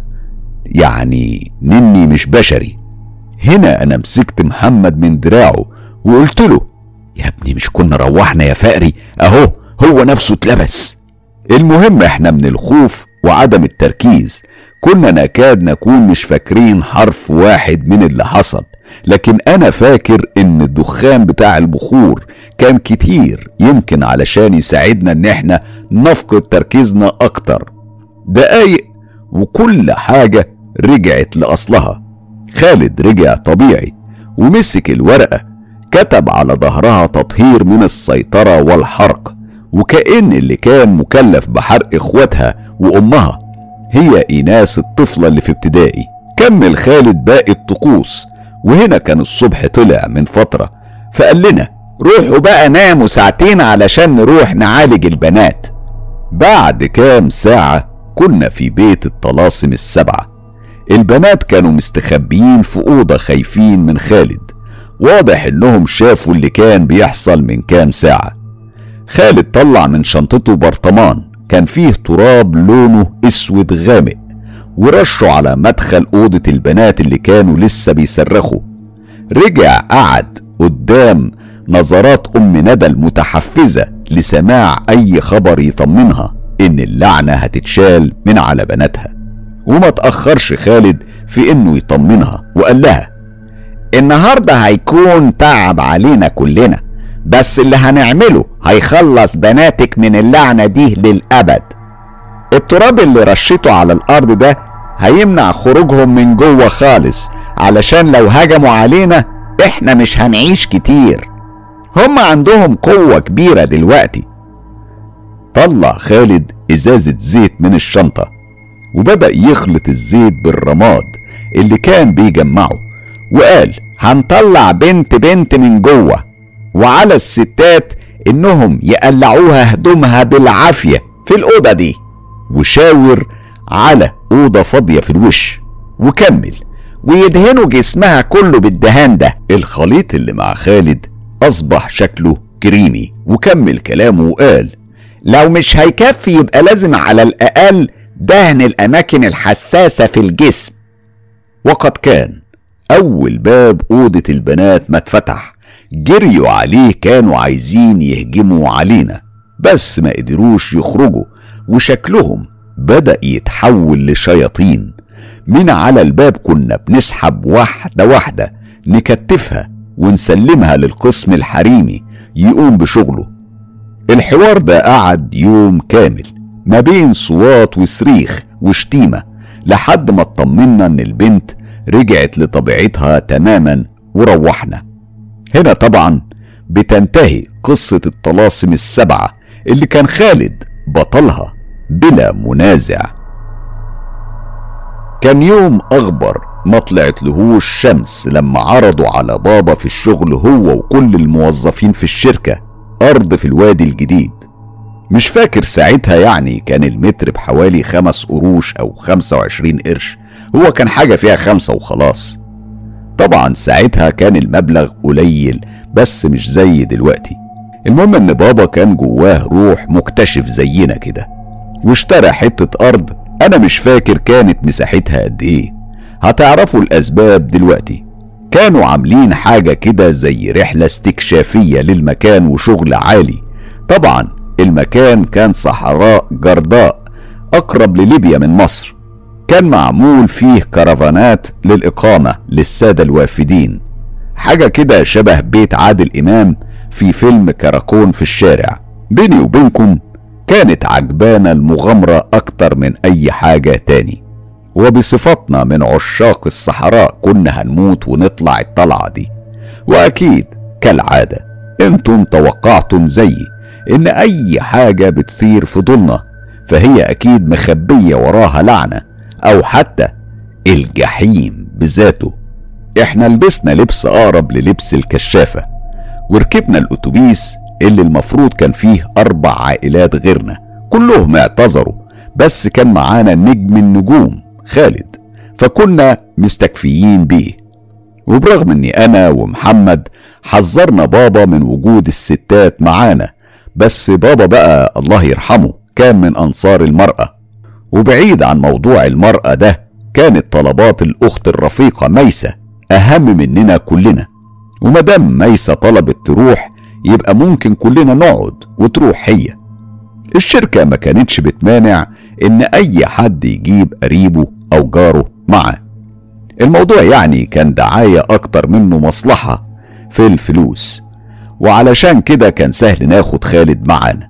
يعني نني مش بشري. هنا انا مسكت محمد من دراعه وقلت له: يا ابني مش كنا روحنا يا فقري؟ اهو هو نفسه اتلبس. المهم احنا من الخوف وعدم التركيز كنا نكاد نكون مش فاكرين حرف واحد من اللي حصل، لكن انا فاكر ان الدخان بتاع البخور كان كتير، يمكن علشان يساعدنا ان احنا نفقد تركيزنا اكتر. دقايق وكل حاجة رجعت لأصلها. خالد رجع طبيعي ومسك الورقة، كتب على ظهرها تطهير من السيطرة والحرق، وكأن اللي كان مكلف بحرق اخواتها وامها هي ايناس الطفلة اللي في ابتدائي. كمل خالد باقي الطقوس، وهنا كان الصبح طلع من فترة فقال لنا روحوا بقى ناموا ساعتين علشان نروح نعالج البنات. بعد كام ساعة كنا في بيت الطلاسم السبعة. البنات كانوا مستخبيين في أوضة خايفين من خالد، واضح انهم شافوا اللي كان بيحصل من كام ساعة. خالد طلع من شنطته برطمان كان فيه تراب لونه اسود غامق، ورشه على مدخل أوضة البنات اللي كانوا لسه بيصرخوا. رجع قعد قدام نظرات أم ندى المتحفزة لسماع أي خبر يطمنها إن اللعنة هتتشال من على بناتها. وما تأخرش خالد في إنه يطمنها وقال لها النهاردة هيكون تعب علينا كلنا، بس اللي هنعمله هيخلص بناتك من اللعنة دي للأبد. التراب اللي رشيته على الأرض ده هيمنع خروجهم من جوه خالص، علشان لو هجموا علينا احنا مش هنعيش كتير. هم عندهم قوة كبيرة دلوقتي. طلع خالد ازازة زيت من الشنطة وبدأ يخلط الزيت بالرماد اللي كان بيجمعه، وقال هنطلع بنت بنت من جوه، وعلى الستات انهم يقلعوها هدومها بالعافية في الأوضة دي، وشاور على أوضة فاضية في الوش وكمل ويدهنوا جسمها كله بالدهان ده. الخليط اللي مع خالد أصبح شكله كريمي، وكمل كلامه وقال لو مش هيكفي يبقى لازم على الأقل دهن الأماكن الحساسة في الجسم. وقد كان أول باب أوضة البنات ما اتفتح جريوا عليه، كانوا عايزين يهجموا علينا بس ما قدروش يخرجوا، وشكلهم بدأ يتحول لشياطين. من على الباب كنا بنسحب واحدة واحدة نكتفها ونسلمها للقسم الحريمي يقوم بشغله. الحوار ده قعد يوم كامل ما بين صوات وصريخ وشتيمة لحد ما اطمنا ان البنت رجعت لطبيعتها تماما وروحنا. هنا طبعا بتنتهي قصة الطلاسم السبعة اللي كان خالد بطلها بلا منازع. كان يوم أغبر ما طلعت لهوش شمس لما عرضوا على بابا في الشغل هو وكل الموظفين في الشركة أرض في الوادي الجديد. مش فاكر ساعتها يعني كان المتر بحوالي خمس قروش أو خمسة وعشرين قرش، هو كان حاجة فيها خمسة وخلاص. طبعا ساعتها كان المبلغ قليل بس مش زي دلوقتي. المهم ان بابا كان جواه روح مكتشف زينا كده، واشترى حتة أرض أنا مش فاكر كانت مساحتها قد إيه، هتعرفوا الأسباب دلوقتي. كانوا عاملين حاجة كده زي رحلة استكشافية للمكان وشغل عالي. طبعا المكان كان صحراء جرداء أقرب لليبيا من مصر، كان معمول فيه كرفانات للإقامة للسادة الوافدين، حاجة كده شبه بيت عادل إمام في فيلم كراكون في الشارع. بيني وبينكم كانت عجبانا المغامرة أكتر من أي حاجة تاني، وبصفتنا من عشاق الصحراء كنا هنموت ونطلع الطلعة دي. وأكيد كالعادة انتم توقعتم زيي إن أي حاجة بتثير فضولنا فهي أكيد مخبية وراها لعنة أو حتى الجحيم بذاته. احنا لبسنا لبس أقرب للبس الكشافة وركبنا الأتوبيس اللي المفروض كان فيه أربع عائلات غيرنا، كلهم اعتذروا بس كان معانا نجم النجوم خالد، فكنا مستكفيين بيه. وبرغم اني انا ومحمد حذرنا بابا من وجود الستات معانا، بس بابا بقى الله يرحمه كان من انصار المرأة، وبعيد عن موضوع المرأة ده كانت طلبات الاخت الرفيقة ميسة اهم مننا كلنا، ومدام ميسة طلبت تروح يبقى ممكن كلنا نقعد وتروح هي. الشركة ما كانتش بتمانع ان اي حد يجيب قريبه او جاره معه، الموضوع يعني كان دعاية اكتر منه مصلحة في الفلوس، وعلشان كده كان سهل ناخد خالد معانا.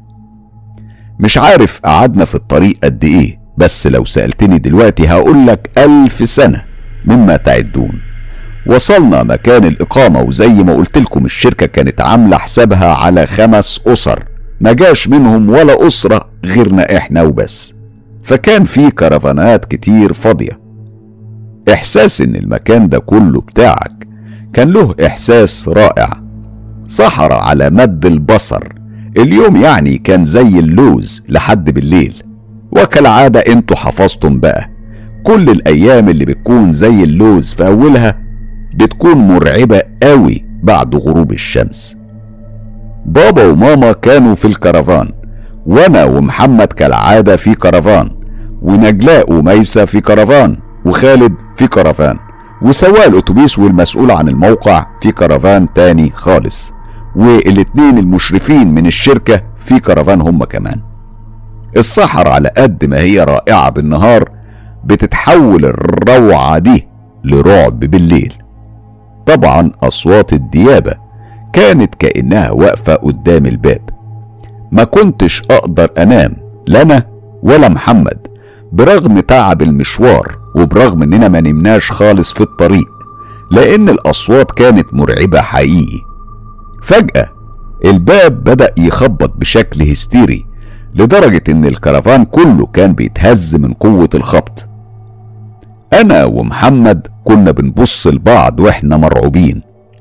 مش عارف قعدنا في الطريق قد ايه، بس لو سألتني دلوقتي هقولك الف سنة مما تعدون. وصلنا مكان الإقامة، وزي ما قلت لكم الشركة كانت عاملة حسابها على خمس أسر، ما جاش منهم ولا أسرة غيرنا إحنا وبس، فكان في كرفانات كتير فاضية. إحساس إن المكان ده كله بتاعك كان له إحساس رائع. صحراء على مد البصر، اليوم يعني كان زي اللوز لحد بالليل، وكالعادة انتوا حفظتم بقى كل الأيام اللي بتكون زي اللوز في أولها بتكون مرعبة قوي بعد غروب الشمس. بابا وماما كانوا في الكرفان، وانا ومحمد كالعادة في كرفان، ونجلاء وميسة في كرفان، وخالد في كرفان، وسواق الاتوبيس والمسؤول عن الموقع في كرفان تاني خالص، والاتنين المشرفين من الشركة في كرفان هم كمان. الصحراء على قد ما هي رائعة بالنهار بتتحول الروعة دي لرعب بالليل. طبعا أصوات الديابة كانت كأنها واقفة قدام الباب. ما كنتش أقدر أنام، لا أنا ولا محمد، برغم تعب المشوار وبرغم إننا ما نمناش خالص في الطريق، لأن الأصوات كانت مرعبة حقيقي. فجأة الباب بدأ يخبط بشكل هستيري لدرجة إن الكرفان كله كان بيتهز من قوة الخبط. أنا ومحمد كنا بنبص لبعض وإحنا مرعوبين.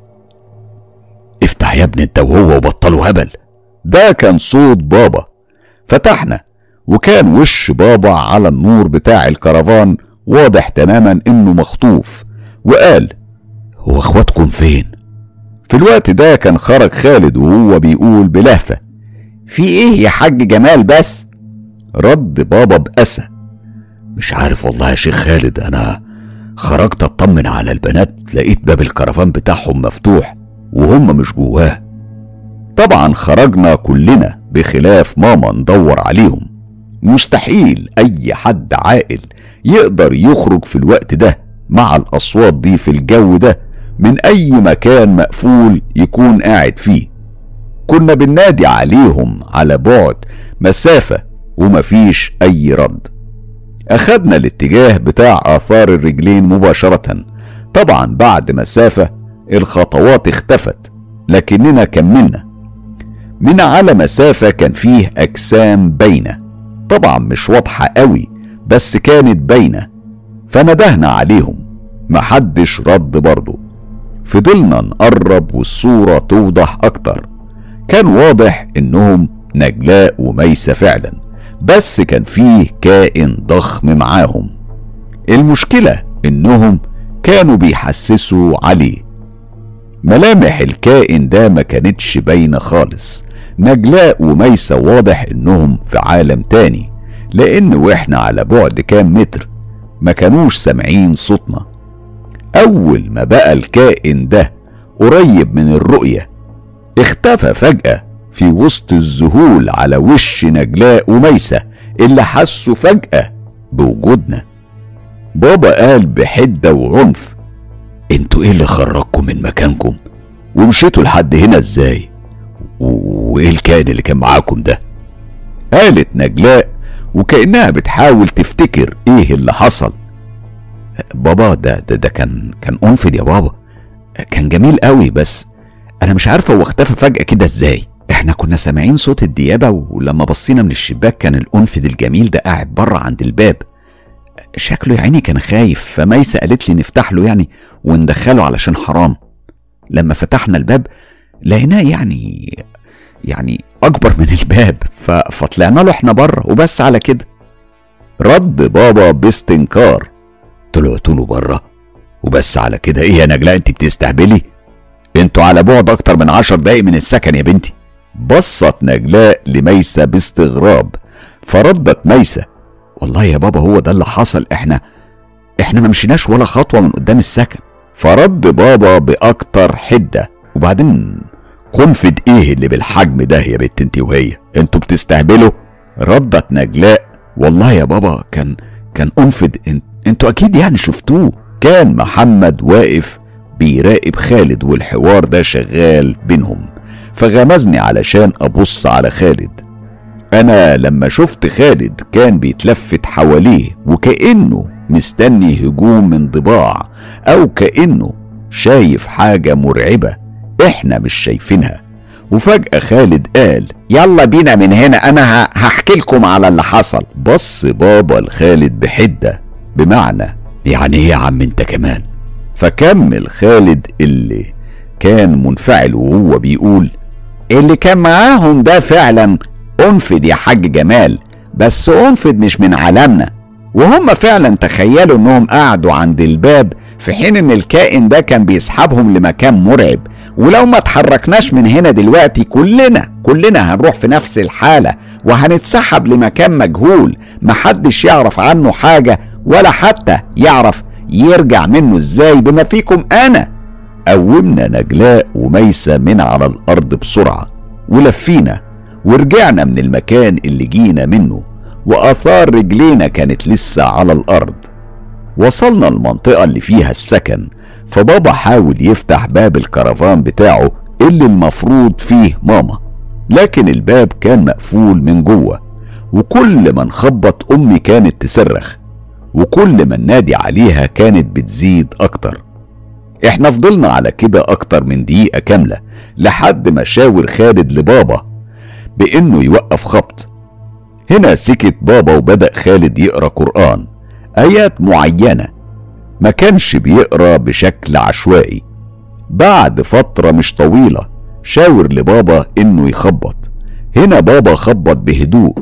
افتح يا ابني انت وهو وبطلوا هبل، ده كان صوت بابا. فتحنا وكان وش بابا على النور بتاع الكرفان واضح تماما انه مخطوف، وقال: هو اخواتكم فين؟ في الوقت ده كان خرج خالد وهو بيقول بلهفة: في ايه يا حاج جمال بس؟ رد بابا بأسى: مش عارف والله يا شيخ خالد، انا خرجت اطمن على البنات لقيت باب الكرفان بتاعهم مفتوح وهم مش جواه. طبعا خرجنا كلنا بخلاف ماما ندور عليهم. مستحيل اي حد عاقل يقدر يخرج في الوقت ده مع الاصوات دي في الجو ده من اي مكان مقفول يكون قاعد فيه. كنا بننادي عليهم على بعد مسافة ومفيش اي رد. اخدنا الاتجاه بتاع اثار الرجلين مباشرة. طبعا بعد مسافة الخطوات اختفت، لكننا كملنا. من على مسافة كان فيه اجسام باينة، طبعا مش واضحة قوي بس كانت باينة، فندهنا عليهم، محدش رد برضو. فضلنا نقرب والصورة توضح اكتر. كان واضح انهم نجلاء وميسة فعلا، بس كان فيه كائن ضخم معاهم. المشكلة انهم كانوا بيحسسوا عليه. ملامح الكائن ده ما كانتش باينة خالص. نجلاء وميسة واضح انهم في عالم تاني، لان واحنا على بعد كام متر ما كانوش سامعين صوتنا. اول ما بقى الكائن ده قريب من الرؤية اختفى فجأة في وسط الذهول على وش نجلاء وميسة اللي حسوا فجأة بوجودنا. بابا قال بحدة وعنف: انتوا ايه اللي خرجكم من مكانكم ومشيتوا لحد هنا ازاي؟ وايه الكائن اللي كان معاكم ده؟ قالت نجلاء وكأنها بتحاول تفتكر ايه اللي حصل. بابا ده ده, ده كان كان انفد يا بابا، كان جميل قوي، بس انا مش عارفه هو اختفى فجأة كده ازاي. احنا كنا سامعين صوت الديابة، ولما بصينا من الشباك كان الانفد الجميل ده قاعد بره عند الباب، شكله يعني كان خايف، فميسة قالت لي نفتح له يعني وندخله علشان حرام. لما فتحنا الباب لقيناه يعني يعني اكبر من الباب، فطلعنا له احنا بره وبس على كده. رد بابا باستنكار: طلعت له بره وبس على كده؟ ايه يا نجلاء انت بتستهبلي؟ انتوا على بعد اكتر من عشر دقايق من السكن يا بنتي. بصت نجلاء لميسة باستغراب، فردت ميسة: والله يا بابا هو ده اللي حصل، احنا احنا ما مشيناش ولا خطوة من قدام السكن. فرد بابا باكتر حدة: وبعدين قنفد ايه اللي بالحجم ده يا بنت انت وهي؟ انتوا بتستهبلوا. ردت نجلاء: والله يا بابا كان كان قنفد، انت انتوا اكيد يعني شفتوه. كان محمد واقف بيراقب خالد والحوار ده شغال بينهم، فغمزني علشان ابص على خالد. انا لما شفت خالد كان بيتلفت حواليه وكأنه مستني هجوم من ضباع، او كأنه شايف حاجة مرعبة احنا مش شايفينها. وفجأة خالد قال يلا بينا من هنا، انا هحكي لكم على اللي حصل. بص بابا لخالد بحدة، بمعنى يعني ايه يا عم انت كمان؟ فكمل خالد اللي كان منفعل وهو بيقول اللي كان معاهم ده فعلا انفد يا حاج جمال، بس انفد مش من عالمنا. وهم فعلا تخيلوا انهم قعدوا عند الباب في حين ان الكائن ده كان بيسحبهم لمكان مرعب، ولو ما اتحركناش من هنا دلوقتي كلنا كلنا هنروح في نفس الحالة وهنتسحب لمكان مجهول محدش يعرف عنه حاجة ولا حتى يعرف يرجع منه ازاي بما فيكم انا. قومنا نجلاء وميسة من على الارض بسرعة ولفينا ورجعنا من المكان اللي جينا منه، واثار رجلينا كانت لسه على الارض. وصلنا المنطقة اللي فيها السكن، فبابا حاول يفتح باب الكرفان بتاعه اللي المفروض فيه ماما، لكن الباب كان مقفول من جوه، وكل ما نخبط امي كانت تصرخ، وكل ما ننادي عليها كانت بتزيد اكتر. احنا فضلنا على كده اكتر من دقيقة كاملة لحد ما شاور خالد لبابا بانه يوقف خبط. هنا سكت بابا وبدأ خالد يقرأ قرآن، آيات معينة، ما كانش بيقرأ بشكل عشوائي. بعد فترة مش طويلة شاور لبابا انه يخبط. هنا بابا خبط بهدوء،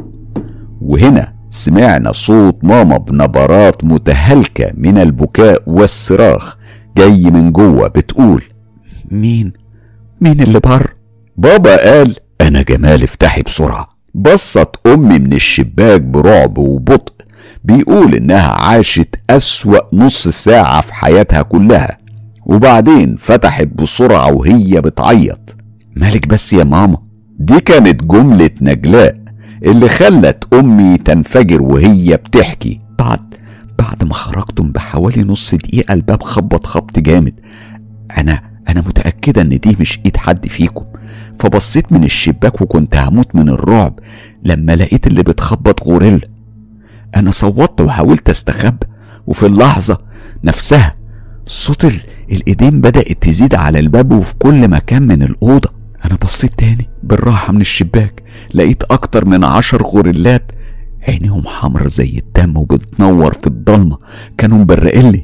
وهنا سمعنا صوت ماما بنبرات متهالكة من البكاء والصراخ جاي من جوه بتقول مين مين اللي بره؟ بابا قال انا جمال افتحي بسرعة. بصت امي من الشباك برعب وبطء، بيقول انها عاشت اسوأ نص ساعة في حياتها كلها، وبعدين فتحت بسرعة وهي بتعيط. مالك بس يا ماما؟ دي كانت جملة نجلاء اللي خلت امي تنفجر وهي بتحكي. بعد بعد ما خرجتم بحوالي نص دقيقة الباب خبط خبط جامد، انا انا متأكدة ان دي مش ايد حد فيكم، فبصيت من الشباك وكنت هموت من الرعب لما لقيت اللي بتخبط غوريلا. انا صوتت وحاولت استخبى، وفي اللحظة نفسها صوت الايدين بدأت تزيد على الباب وفي كل مكان من الأوضة. انا بصيت تاني بالراحة من الشباك، لقيت اكتر من عشر غوريلات عينيهم حمر زي الدم وبتنور في الضلمة، كانوا مبرقلي.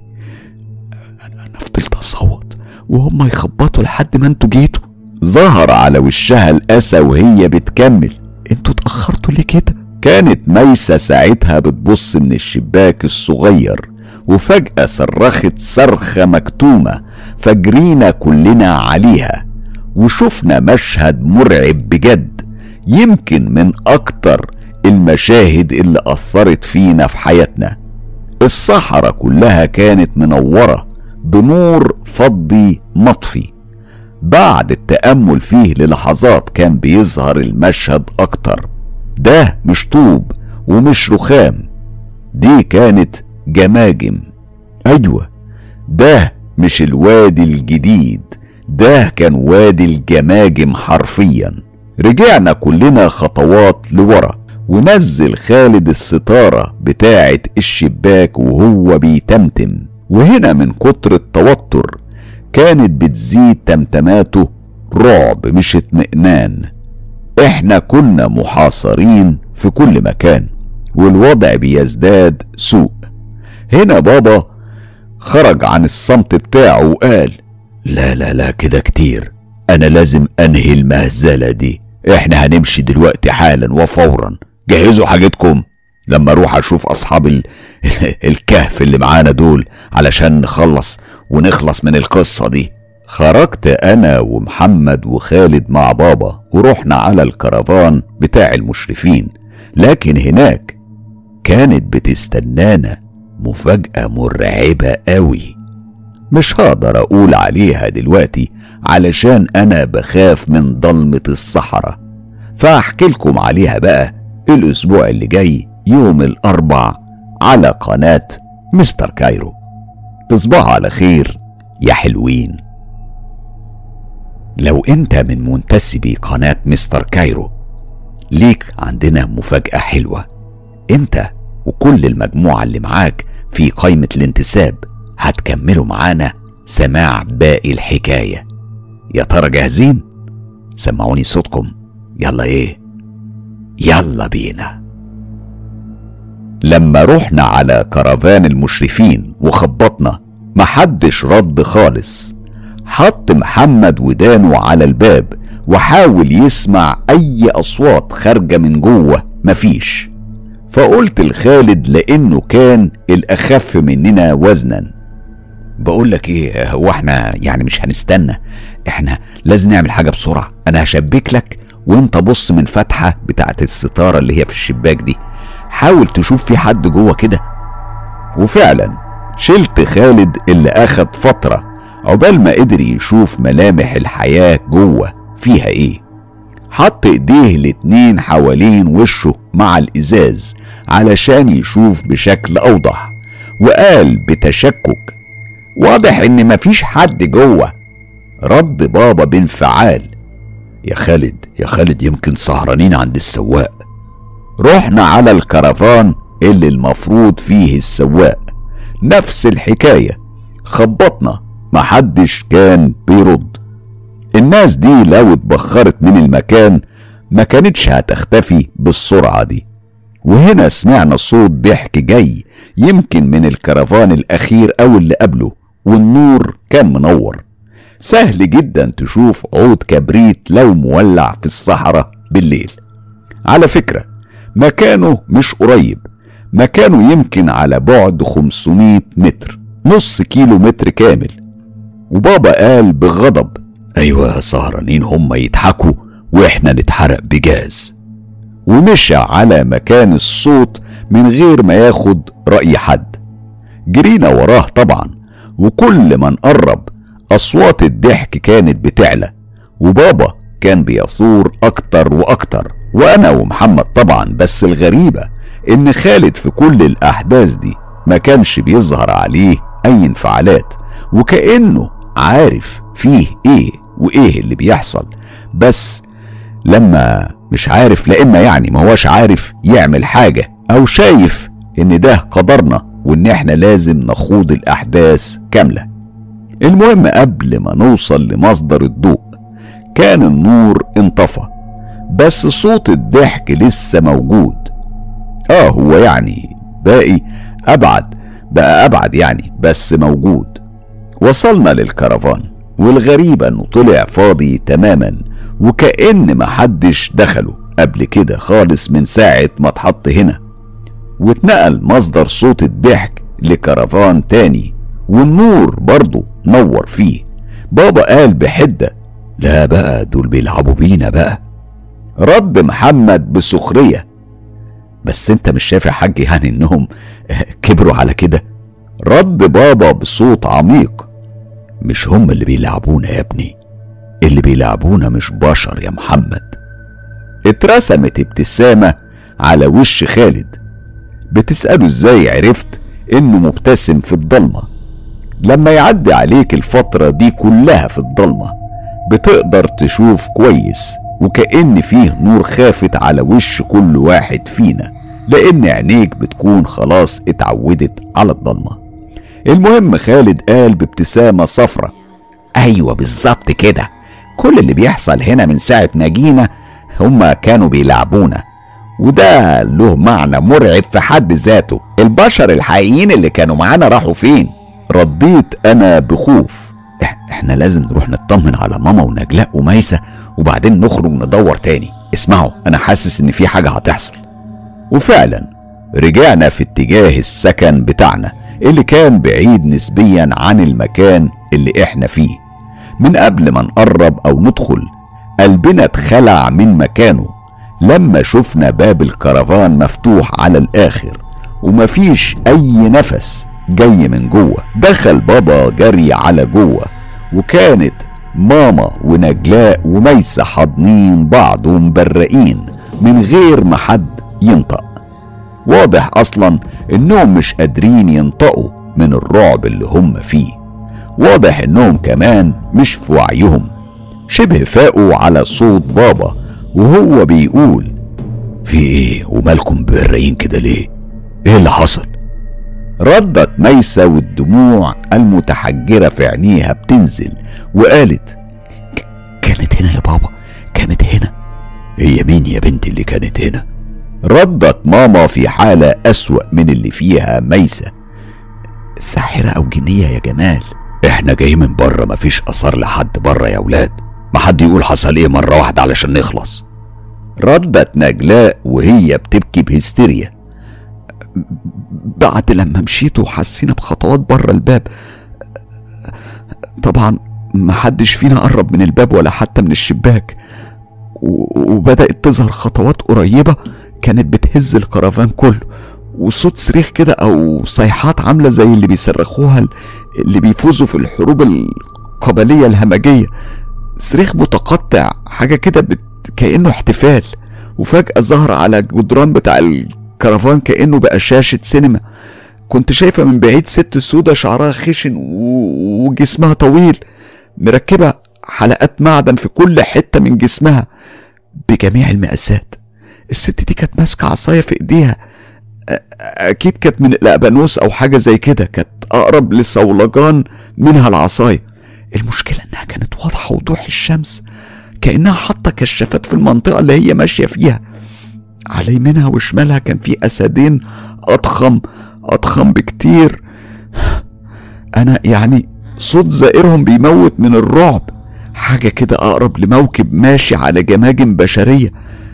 انا فضلت اصوت وهم يخبطوا لحد ما انتوا جيتوا. ظهر على وشها الأسى وهي بتكمل انتوا اتأخرتوا ليه كده؟ كانت ميسة ساعتها بتبص من الشباك الصغير، وفجأة صرخت صرخة مكتومة، فجرينا كلنا عليها وشفنا مشهد مرعب بجد، يمكن من اكتر المشاهد اللي اثرت فينا في حياتنا. الصحراء كلها كانت منورة بنور فضي مطفي. بعد التأمل فيه للحظات كان بيظهر المشهد اكتر. ده مش طوب ومش رخام، دي كانت جماجم. ايوه، ده مش الوادي الجديد، ده كان وادي الجماجم حرفيا. رجعنا كلنا خطوات لورا، ونزل خالد الستارة بتاعة الشباك وهو بيتمتم، وهنا من كتر التوتر كانت بتزيد تمتماته رعب مش اطمئنان. احنا كنا محاصرين في كل مكان والوضع بيزداد سوء. هنا بابا خرج عن الصمت بتاعه وقال لا لا لا كده كتير، انا لازم انهي المهزلة دي، احنا هنمشي دلوقتي حالا وفورا، جهزوا حاجتكم لما اروح اشوف اصحاب ال... الكهف اللي معانا دول علشان نخلص ونخلص من القصة دي. خرجت انا ومحمد وخالد مع بابا ورحنا على الكرفان بتاع المشرفين، لكن هناك كانت بتستنانا مفاجأة مرعبة قوي، مش هقدر اقول عليها دلوقتي علشان انا بخاف من ضلمة الصحراء، فاحكي لكم عليها بقى الاسبوع اللي جاي يوم الاربع على قناة مستر كايرو. تصبحوا على خير يا حلوين. لو انت من منتسبي قناة مستر كايرو، ليك عندنا مفاجأة حلوة. انت وكل المجموعة اللي معاك في قائمة الانتساب هتكملوا معانا سماع باقي الحكاية. يا ترى جاهزين؟ سمعوني صوتكم. يلا ايه؟ يلا بينا. لما رحنا على كرفان المشرفين وخبطنا محدش رد خالص. حط محمد ودانه على الباب وحاول يسمع اي اصوات خارجة من جوه، مفيش. فقلت لخالد لانه كان الاخف مننا وزنا: بقولك ايه، هو احنا يعني مش هنستنى؟ احنا لازم نعمل حاجة بسرعة. انا هشبك لك وانت بص من فتحة بتاعت الستارة اللي هي في الشباك دي، حاول تشوف في حد جوه كده. وفعلا شلت خالد اللي اخد فترة عقبال ما قدر يشوف ملامح الحياة جوه فيها ايه. حط ايديه الاتنين حوالين وشه مع الازاز علشان يشوف بشكل اوضح، وقال بتشكك: واضح ان مفيش حد جوه. رد بابا بانفعال: يا خالد يا خالد يمكن سهرانين عند السواق. رحنا على الكرفان اللي المفروض فيه السواق، نفس الحكاية. خبطنا محدش كان بيرد. الناس دي لو اتبخرت من المكان ما كانتش هتختفي بالسرعة دي. وهنا سمعنا صوت ضحك جاي يمكن من الكرفان الأخير أو اللي قبله، والنور كان منور. سهل جدا تشوف عود كبريت لو مولع في الصحراء بالليل. على فكرة مكانه مش قريب، مكانه يمكن على بعد خمسمائة متر، نص كيلو متر كامل. وبابا قال بغضب: ايوه سهرانين هم يضحكوا واحنا نتحرق بجاز. ومشى على مكان الصوت من غير ما ياخد رأي حد. جرينا وراه طبعا، وكل ما نقرب اصوات الضحك كانت بتعلى، وبابا كان بيثور اكتر واكتر، وانا ومحمد طبعا. بس الغريبة ان خالد في كل الاحداث دي ما كانش بيظهر عليه اي انفعالات، وكأنه عارف فيه ايه وايه اللي بيحصل. بس لما مش عارف، لا اما يعني ما هوش عارف يعمل حاجة، او شايف ان ده قدرنا وان احنا لازم نخوض الاحداث كاملة. المهم قبل ما نوصل لمصدر الضوء كان النور انطفى، بس صوت الضحك لسه موجود. اه هو يعني باقي ابعد، بقى ابعد يعني، بس موجود. وصلنا للكرفان، والغريبة انه طلع فاضي تماما، وكأن محدش دخله قبل كده خالص من ساعة ما اتحط هنا. واتنقل مصدر صوت الضحك لكرفان تاني، والنور برضه نور فيه. بابا قال بحدة: لا بقى دول بيلعبوا بينا بقى. رد محمد بسخرية: بس انت مش شايف يا حاج يعني انهم كبروا على كده؟ رد بابا بصوت عميق: مش هم اللي بيلعبونا يا ابني، اللي بيلعبونا مش بشر يا محمد. اترسمت ابتسامة على وش خالد. بتسأله ازاي عرفت انه مبتسم في الضلمة؟ لما يعدي عليك الفترة دي كلها في الضلمة بتقدر تشوف كويس، وكأن فيه نور خافت على وش كل واحد فينا، لان عينيك بتكون خلاص اتعودت على الضلمة. المهم خالد قال بابتسامة صفرة: ايوه بالظبط كده، كل اللي بيحصل هنا من ساعة ما جينا هما كانوا بيلعبونا، وده له معنى مرعب في حد ذاته. البشر الحقيقيين اللي كانوا معانا راحوا فين؟ رديت انا بخوف: احنا لازم نروح نطمن على ماما ونجلاء وميسة وبعدين نخرج ندور تاني. اسمعوا، انا حاسس ان في حاجة هتحصل. وفعلا رجعنا في اتجاه السكن بتاعنا اللي كان بعيد نسبيا عن المكان اللي احنا فيه. من قبل ما نقرب او ندخل قلبنا اتخلع من مكانه لما شفنا باب الكرفان مفتوح على الاخر ومفيش اي نفس جاي من جوه. دخل بابا جري على جوه، وكانت ماما ونجلاء وميسة حاضنين بعض ومبرقين من غير ما حد ينطق. واضح اصلا انهم مش قادرين ينطقوا من الرعب اللي هم فيه. واضح انهم كمان مش في وعيهم، شبه فاقوا على صوت بابا وهو بيقول: في ايه ومالكم مبرقين كده ليه؟ ايه اللي حصل؟ ردت ميسة والدموع المتحجرة في عينيها بتنزل وقالت: كانت هنا يا بابا، كانت هنا. هي مين يا بنتي اللي كانت هنا؟ ردت ماما في حالة أسوأ من اللي فيها ميسة. ساحرة أو جنية يا جمال. احنا جايين من بره، مفيش أثر لحد بره يا ولاد، ما حد يقول حصل ايه مرة واحدة علشان نخلص. ردت نجلاء وهي بتبكي بهستيريا. بعد لما مشيت وحسينا بخطوات بره الباب، طبعا ما حدش فينا قرب من الباب ولا حتى من الشباك، وبدأت تظهر خطوات قريبة كانت بتهز الكرفان كله، وصوت صريخ كده او صيحات عاملة زي اللي بيصرخوها اللي بيفوزوا في الحروب القبلية الهمجية، صريخ متقطع حاجة كده بت... كأنه احتفال. وفجأة ظهر على الجدران بتاع الكرفان كأنه بقى شاشة سينما. كنت شايفة من بعيد ست سودة شعرها خشن و... وجسمها طويل، مركبة حلقات معدن في كل حتة من جسمها بجميع المقاسات. الست دي كانت ماسكة عصاية في ايديها، اكيد كانت من الأبانوس او حاجة زي كده، كانت اقرب للصولجان منها العصاية. المشكلة انها كانت واضحة وضوح الشمس، كأنها حاطة كشافات في المنطقة اللي هي ماشية فيها. على يمينها وشمالها كان في أسدين أضخم أضخم بكتير، أنا يعني صوت زائرهم بيموت من الرعب، حاجة كده أقرب لموكب ماشي على جماجم بشرية،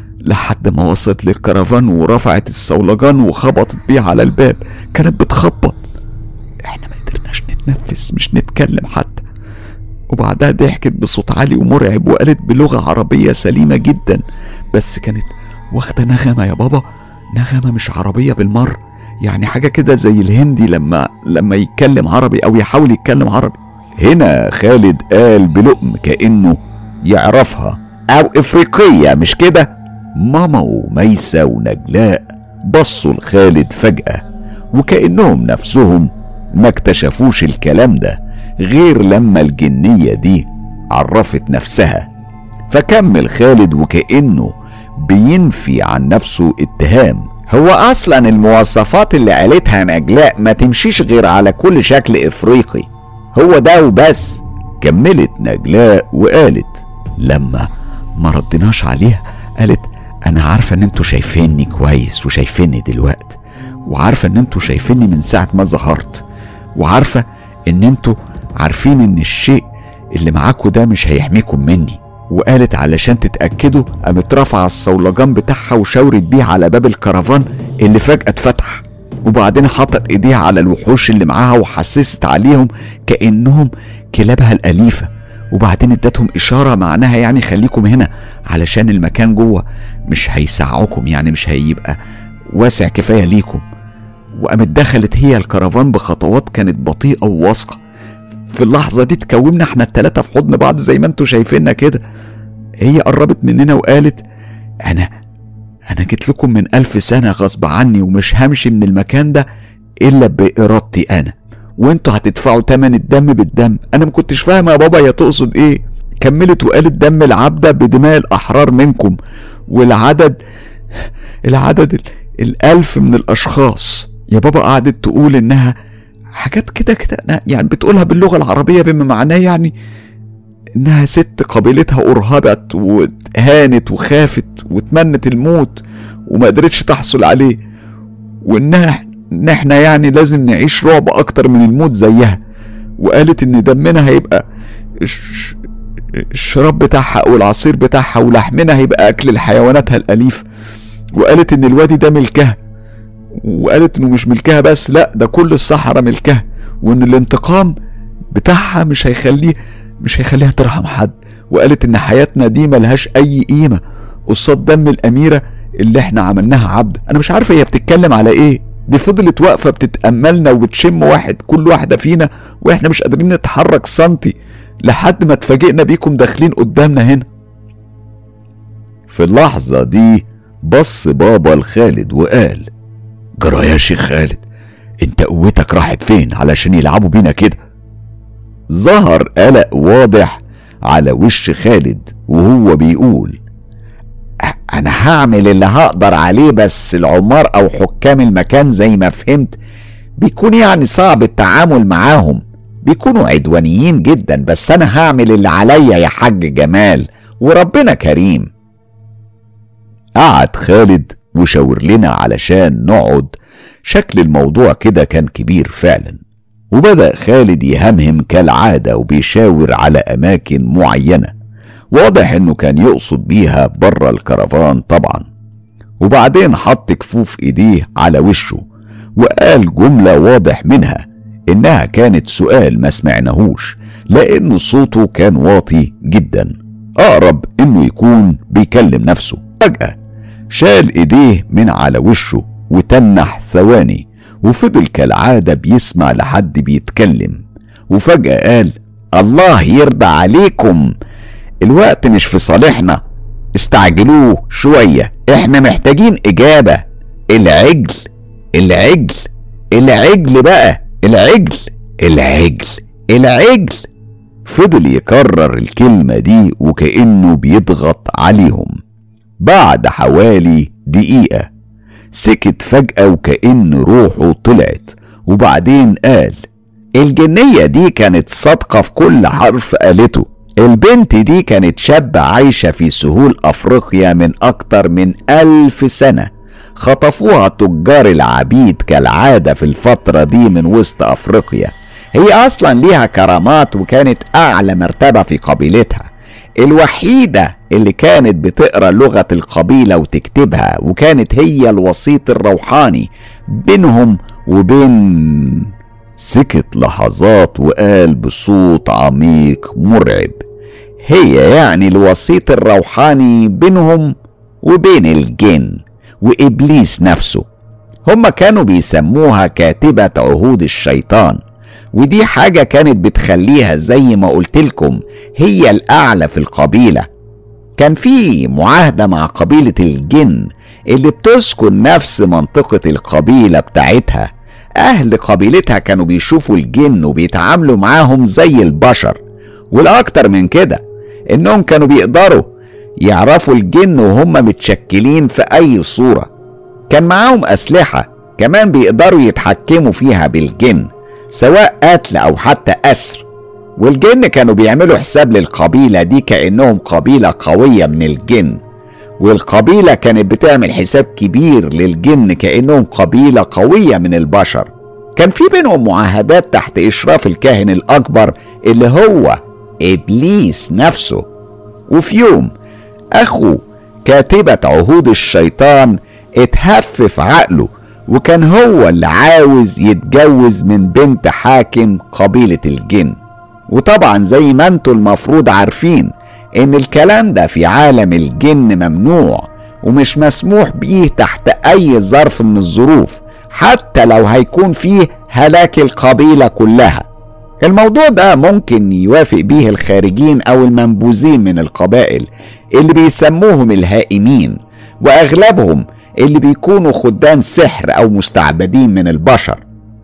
لحد ما وصلت للكرفان ورفعت الصولجان وخبطت بيه على الباب. كانت بتخبط، احنا ما قدرناش نتنفس، مش نتكلم حتى. وبعدها ضحكت بصوت عالي ومرعب وقالت بلغة عربية سليمة جدا، بس كانت واخدة نغمة يا بابا، نغمة مش عربية بالمر، يعني حاجة كده زي الهندي لما لما يتكلم عربي او يحاول يتكلم عربي. هنا خالد قال بلقم كأنه يعرفها: او افريقية مش كده؟ ماما وميسة ونجلاء بصوا لخالد فجأة وكأنهم نفسهم ما اكتشفوش الكلام ده غير لما الجنية دي عرفت نفسها. فكمل خالد وكأنه بينفي عن نفسه اتهام: هو اصلا المواصفات اللي قالتها نجلاء ما تمشيش غير على كل شكل افريقي، هو ده وبس. كملت نجلاء وقالت لما ما ردناش عليها قالت: انا عارفة ان انتوا شايفيني كويس وشايفيني دلوقت، وعارفة ان انتوا شايفيني من ساعة ما ظهرت، وعارفة ان انتوا عارفين ان الشيء اللي معاكوا ده مش هيحميكم مني. وقالت علشان تتأكدوا قامت رافعة الصولجان بتاعها وشاورت بيه على باب الكرفان اللي فجأة اتفتح، وبعدين حطت ايديها على الوحوش اللي معاها وحسست عليهم كأنهم كلابها الأليفة، وبعدين ادتهم إشارة معناها يعني خليكم هنا علشان المكان جوه مش هيسعكم، يعني مش هيبقى واسع كفاية ليكم. وقامت دخلت هي الكرفان بخطوات كانت بطيئة وواثقة. في اللحظة دي تكومنا احنا التلاتة في حضن بعض زي ما انتوا شايفيننا كده. هي قربت مننا وقالت: انا انا جيت لكم من الف سنة غصب عني، ومش همشي من المكان ده الا بارادتي انا، وانتوا هتدفعوا تمن الدم بالدم. انا ما كنتش فاهمة يا بابا هي تقصد ايه. كملت وقالت: دم العبدة بدماء الاحرار منكم، والعدد العدد الالف من الاشخاص. يا بابا قعدت تقول انها حاجات كده كده يعني بتقولها باللغة العربية بما معناه يعني انها ست قبيلتها ارهبت وهانت وخافت وتمنت الموت وما قدرتش تحصل عليه، وانها ان احنا يعني لازم نعيش رعب اكتر من الموت زيها. وقالت ان دمنا هيبقى الشراب بتاعها او العصير بتاعها، ولحمنا هيبقى اكل الحيواناتها الاليفة. وقالت ان الوادي ده ملكها، وقالت انه مش ملكها بس، لا ده كل الصحراء ملكها، وان الانتقام بتاعها مش هيخليه مش هيخليها ترحم حد. وقالت ان حياتنا دي ملهاش اي قيمة قصاد دم الاميرة اللي احنا عملناها عبد. انا مش عارفة هي بتتكلم على ايه. دي فضلت واقفة بتتأملنا وبتشم واحد كل واحدة فينا واحنا مش قادرين نتحرك سنتي، لحد ما اتفاجئنا بيكم داخلين قدامنا هنا. في اللحظة دي بص بابا لخالد وقال: جرى يا شيخ خالد، انت قوتك راحت فين علشان يلعبوا بينا كده؟ ظهر قلق واضح على وش خالد وهو بيقول: انا هعمل اللي هقدر عليه، بس العمار او حكام المكان زي ما فهمت بيكون يعني صعب التعامل معاهم، بيكونوا عدوانيين جدا، بس انا هعمل اللي عليا يا حاج جمال وربنا كريم. قعد خالد وشاور لنا علشان نقعد. شكل الموضوع كده كان كبير فعلا، وبدأ خالد يهمهم كالعادة وبيشاور على أماكن معينة، واضح إنه كان يقصد بيها بره الكرفان طبعا. وبعدين حط كفوف إيديه على وشه وقال جملة واضح منها إنها كانت سؤال ما سمعناهوش، لأن صوته كان واطي جدا، أقرب إنه يكون بيكلم نفسه. فجأة شال إيديه من على وشه وتنح ثواني، وفضل كالعادة بيسمع لحد بيتكلم، وفجأة قال: الله يرضى عليكم، الوقت مش في صالحنا، استعجلوه شوية، احنا محتاجين إجابة. العجل العجل العجل بقى، العجل العجل العجل. فضل يكرر الكلمة دي وكأنه بيضغط عليهم. بعد حوالي دقيقة سكت فجأة وكأن روحه طلعت، وبعدين قال: الجنية دي كانت صادقة في كل حرف قالته. البنت دي كانت شابة عايشة في سهول أفريقيا من أكتر من ألف سنة، خطفوها تجار العبيد كالعادة في الفترة دي من وسط أفريقيا. هي أصلا ليها كرامات وكانت أعلى مرتبة في قبيلتها، الوحيدة اللي كانت بتقرأ لغة القبيلة وتكتبها، وكانت هي الوسيط الروحاني بينهم وبين. سكت لحظات وقال بصوت عميق مرعب: هي يعني الوسيط الروحاني بينهم وبين الجن وإبليس نفسه. هما كانوا بيسموها كاتبة عهود الشيطان، ودي حاجة كانت بتخليها زي ما قلتلكم هي الأعلى في القبيلة. كان في معاهدة مع قبيلة الجن اللي بتسكن نفس منطقة القبيلة بتاعتها. أهل قبيلتها كانوا بيشوفوا الجن وبيتعاملوا معاهم زي البشر، والأكتر من كده إنهم كانوا بيقدروا يعرفوا الجن وهم متشكلين في أي صورة. كان معاهم أسلحة كمان بيقدروا يتحكموا فيها بالجن، سواء قتل أو حتى أسر. والجن كانوا بيعملوا حساب للقبيلة دي كأنهم قبيلة قوية من الجن، والقبيلة كانت بتعمل حساب كبير للجن كأنهم قبيلة قوية من البشر. كان في بينهم معاهدات تحت إشراف الكاهن الأكبر اللي هو إبليس نفسه. وفي يوم أخو كاتبة عهود الشيطان اتهفف عقله، وكان هو اللي عاوز يتجوز من بنت حاكم قبيلة الجن. وطبعا زي ما انتوا المفروض عارفين ان الكلام ده في عالم الجن ممنوع ومش مسموح بيه تحت اي ظرف من الظروف، حتى لو هيكون فيه هلاك القبيلة كلها. الموضوع ده ممكن يوافق بيه الخارجين او المنبوذين من القبائل اللي بيسموهم الهائمين، واغلبهم اللي بيكونوا خدام سحر او مستعبدين من البشر.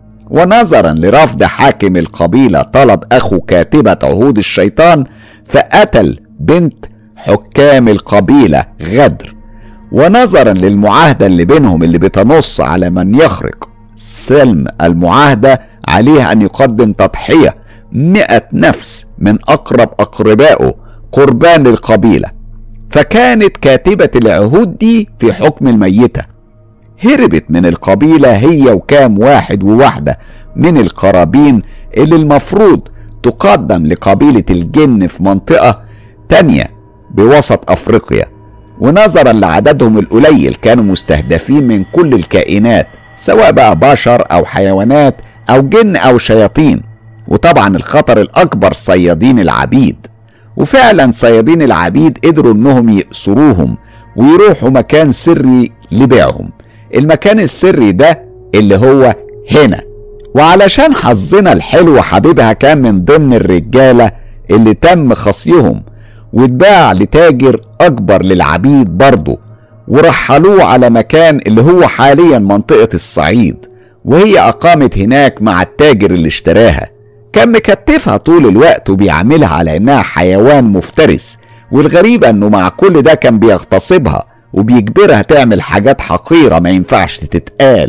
ونظرا لرفض حاكم القبيلة طلب اخو كاتبة عهود الشيطان، فقتل بنت حكام القبيلة غدر. ونظرا للمعاهدة اللي بينهم اللي بتنص على من يخرق سلم المعاهدة عليه ان يقدم تضحية مئة نفس من اقرب اقربائه قربان للقبيلة، فكانت كاتبة العهود دي في حكم الميتة. هربت من القبيلة هي وكام واحد وواحدة من القرابين اللي المفروض تقدم لقبيلة الجن في منطقة تانية بوسط أفريقيا. ونظرا لعددهم القليل كانوا مستهدفين من كل الكائنات، سواء بقى بشر أو حيوانات أو جن أو شياطين. وطبعا الخطر الأكبر صيادين العبيد، وفعلا صيادين العبيد قدروا انهم يأسروهم ويروحوا مكان سري لبيعهم. المكان السري ده اللي هو هنا. وعلشان حظنا الحلو حبيبها كان من ضمن الرجالة اللي تم خصيهم واتباع لتاجر اكبر للعبيد برضه، ورحلوه على مكان اللي هو حاليا منطقة الصعيد، وهي اقامت هناك مع التاجر اللي اشتراها. كان مكتفها طول الوقت وبيعاملها على انها حيوان مفترس، والغريبة انه مع كل ده كان بيغتصبها وبيجبرها تعمل حاجات حقيرة ما ينفعش تتقال.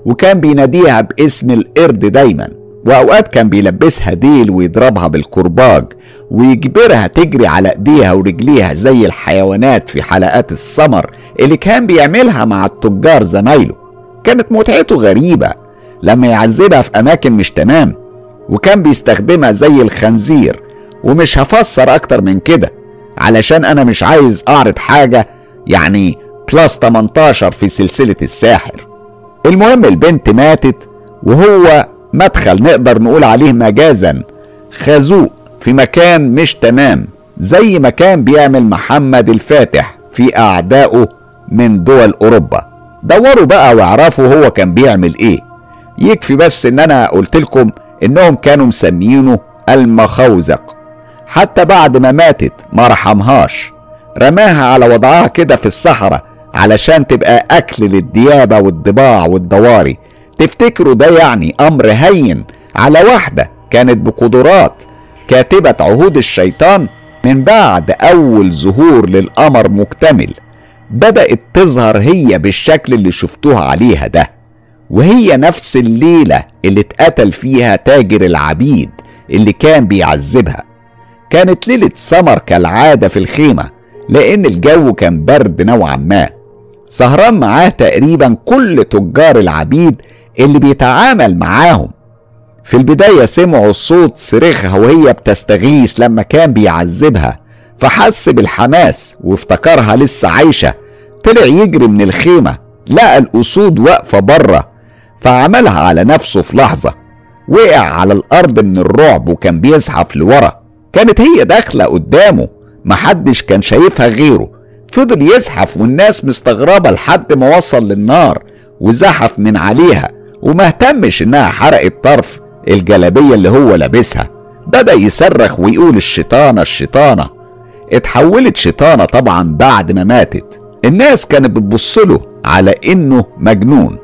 وكان بيناديها باسم القرد دايما، وأوقات كان بيلبسها ديل ويضربها بالكرباج ويجبرها تجري على ايديها ورجليها زي الحيوانات في حلقات السمر اللي كان بيعملها مع التجار زمايله. كانت متعته غريبة لما يعذبها في أماكن مش تمام، وكان بيستخدمها زي الخنزير. ومش هفسر أكتر من كده علشان أنا مش عايز أعرض حاجة يعني بلس تمنتاشر في سلسلة الساحر. المهم البنت ماتت، وهو مدخل نقدر نقول عليه مجازا خازوق في مكان مش تمام، زي ما كان بيعمل محمد الفاتح في أعدائه من دول أوروبا. دوروا بقى واعرفوا هو كان بيعمل ايه. يكفي بس ان انا قلت لكم انهم كانوا مسميينه المخوزق. حتى بعد ما ماتت ما رحمهاش، رماها على وضعها كده في الصحراء علشان تبقى اكل للديابة والضباع والضواري. تفتكروا ده يعني امر هين على واحدة كانت بقدرات كاتبة عهود الشيطان؟ من بعد اول ظهور للقمر مكتمل بدأت تظهر هي بالشكل اللي شفتوها عليها ده، وهي نفس الليلة اللي اتقتل فيها تاجر العبيد اللي كان بيعذبها. كانت ليلة سمر كالعادة في الخيمة، لأن الجو كان برد نوعا ما. سهران معاه تقريبا كل تجار العبيد اللي بيتعامل معاهم. في البداية سمعوا صوت صريخها وهي بتستغيث لما كان بيعذبها، فحس بالحماس وافتكرها لسه عايشة. طلع يجري من الخيمة، لقى الأسود واقفة بره، فعملها على نفسه في لحظة. وقع على الأرض من الرعب وكان بيزحف لورا. كانت هي داخلة قدامه، محدش كان شايفها غيره. فضل يزحف والناس مستغربة لحد ما وصل للنار وزحف من عليها، وما اهتمش انها حرقت طرف الجلابية اللي هو لابسها. بدأ يصرخ ويقول الشيطانة الشيطانة. اتحولت شيطانة طبعا بعد ما ماتت. الناس كانت بتبصله على انه مجنون.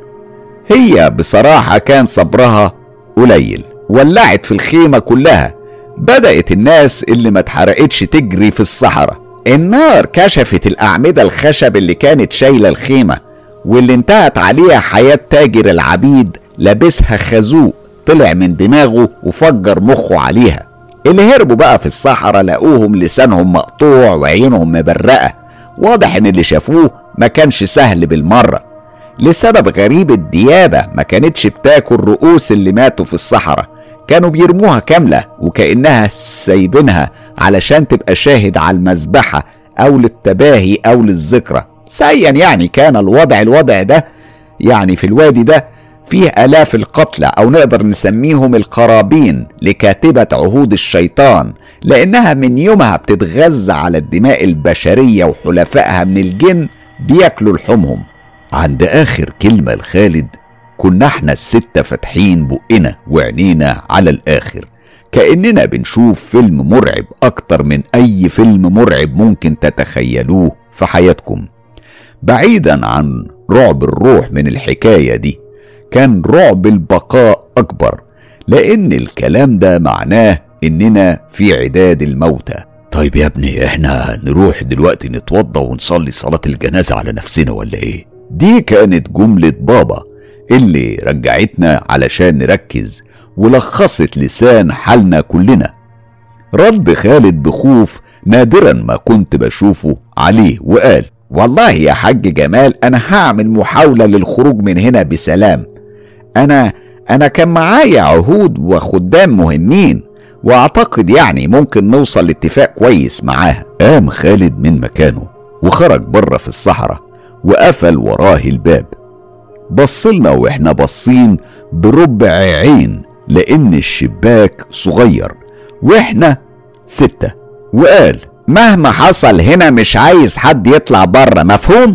هي بصراحة كان صبرها قليل، ولعت في الخيمة كلها. بدأت الناس اللي ما اتحرقتش تجري في الصحراء. النار كشفت الأعمدة الخشب اللي كانت شايلة الخيمة، واللي انتهت عليها حياة تاجر العبيد لابسها خازوق طلع من دماغه وفجر مخه عليها. اللي هربوا بقى في الصحراء لقوهم لسانهم مقطوع وعينهم مبرقة. واضح ان اللي شافوه ما كانش سهل بالمرة. لسبب غريب الديابة ما كانتش بتاكل رؤوس اللي ماتوا في الصحراء، كانوا بيرموها كاملة وكأنها سايبينها علشان تبقى شاهد على المذبحة او للتباهي او للذكرى. سيا يعني كان الوضع الوضع ده يعني في الوادي ده فيه آلاف القتلى، أو نقدر نسميهم القرابين لكاتبة عهود الشيطان، لأنها من يومها بتتغذى على الدماء البشرية، وحلفائها من الجن بياكلوا لحومهم. عند آخر كلمة لخالد كنا احنا الستة فاتحين بقنا وعينينا على الآخر، كأننا بنشوف فيلم مرعب أكتر من أي فيلم مرعب ممكن تتخيلوه في حياتكم. بعيدا عن رعب الروح من الحكاية دي، كان رعب البقاء أكبر، لأن الكلام ده معناه إننا في عداد الموتى. طيب يا ابني، احنا نروح دلوقتي نتوضى ونصلي صلاة الجنازة على نفسنا ولا ايه؟ دي كانت جملة بابا اللي رجعتنا علشان نركز ولخصت لسان حالنا كلنا. رد خالد بخوف نادرا ما كنت بشوفه عليه وقال: والله يا حاج جمال أنا هعمل محاولة للخروج من هنا بسلام. أنا أنا كان معايا عهود وخدام مهمين، وأعتقد يعني ممكن نوصل لاتفاق كويس معاها. قام خالد من مكانه وخرج بره في الصحراء وقفل وراه الباب. بصلنا واحنا باصين بربع عين، لأن الشباك صغير واحنا ستة، وقال: مهما حصل هنا مش عايز حد يطلع بره، مفهوم؟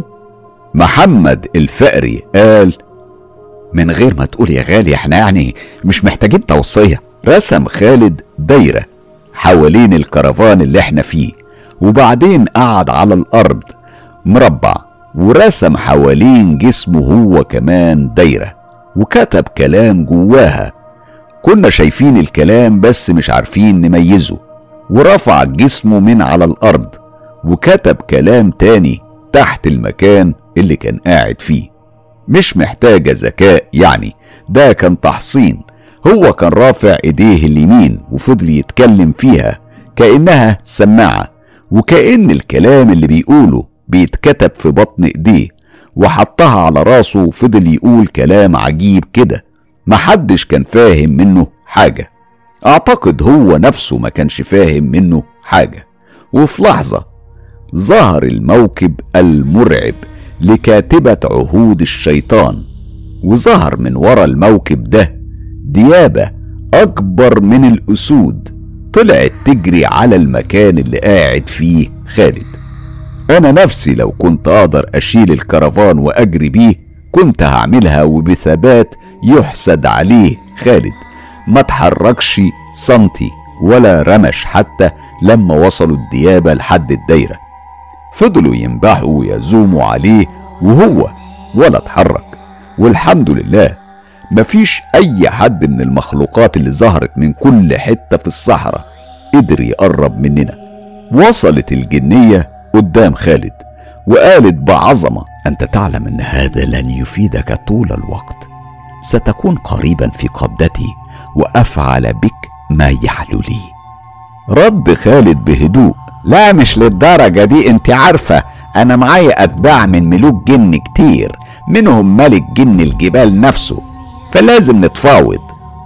محمد الفقري قال: من غير ما تقول يا غالي، احنا يعني مش محتاجين توصية. رسم خالد دايرة حوالين الكرفان اللي احنا فيه، وبعدين قعد على الأرض مربع ورسم حوالين جسمه هو كمان دايرة، وكتب كلام جواها. كنا شايفين الكلام بس مش عارفين نميزه. ورفع جسمه من على الأرض وكتب كلام تاني تحت المكان اللي كان قاعد فيه. مش محتاجة ذكاء يعني، ده كان تحصين. هو كان رافع ايديه اليمين وفضل يتكلم فيها كأنها سماعة، وكأن الكلام اللي بيقوله بيتكتب في بطن ايديه، وحطها على راسه وفضل يقول كلام عجيب كده محدش كان فاهم منه حاجة. اعتقد هو نفسه ما كانش فاهم منه حاجة. وفي لحظة ظهر الموكب المرعب لكاتبة عهود الشيطان، وظهر من ورا الموكب ده ديابة أكبر من الأسود، طلعت تجري على المكان اللي قاعد فيه خالد. أنا نفسي لو كنت أقدر أشيل الكرفان وأجري بيه كنت هعملها، وبثبات يحسد عليه خالد. ما تحركش سنتي ولا رمش حتى لما وصلوا الديابة لحد الدايرة. فضلوا ينبحوا ويزوموا عليه وهو ولا اتحرك. والحمد لله مفيش اي حد من المخلوقات اللي ظهرت من كل حتة في الصحراء قدر يقرب مننا. وصلت الجنية قدام خالد وقالت بعظمة: انت تعلم ان هذا لن يفيدك طول الوقت، ستكون قريبا في قبضتي وافعل بك ما يحلو لي. رد خالد بهدوء: لا مش للدرجة دي، انت عارفة انا معايا اتباع من ملوك جن كتير، منهم ملك جن الجبال نفسه، فلازم نتفاوض.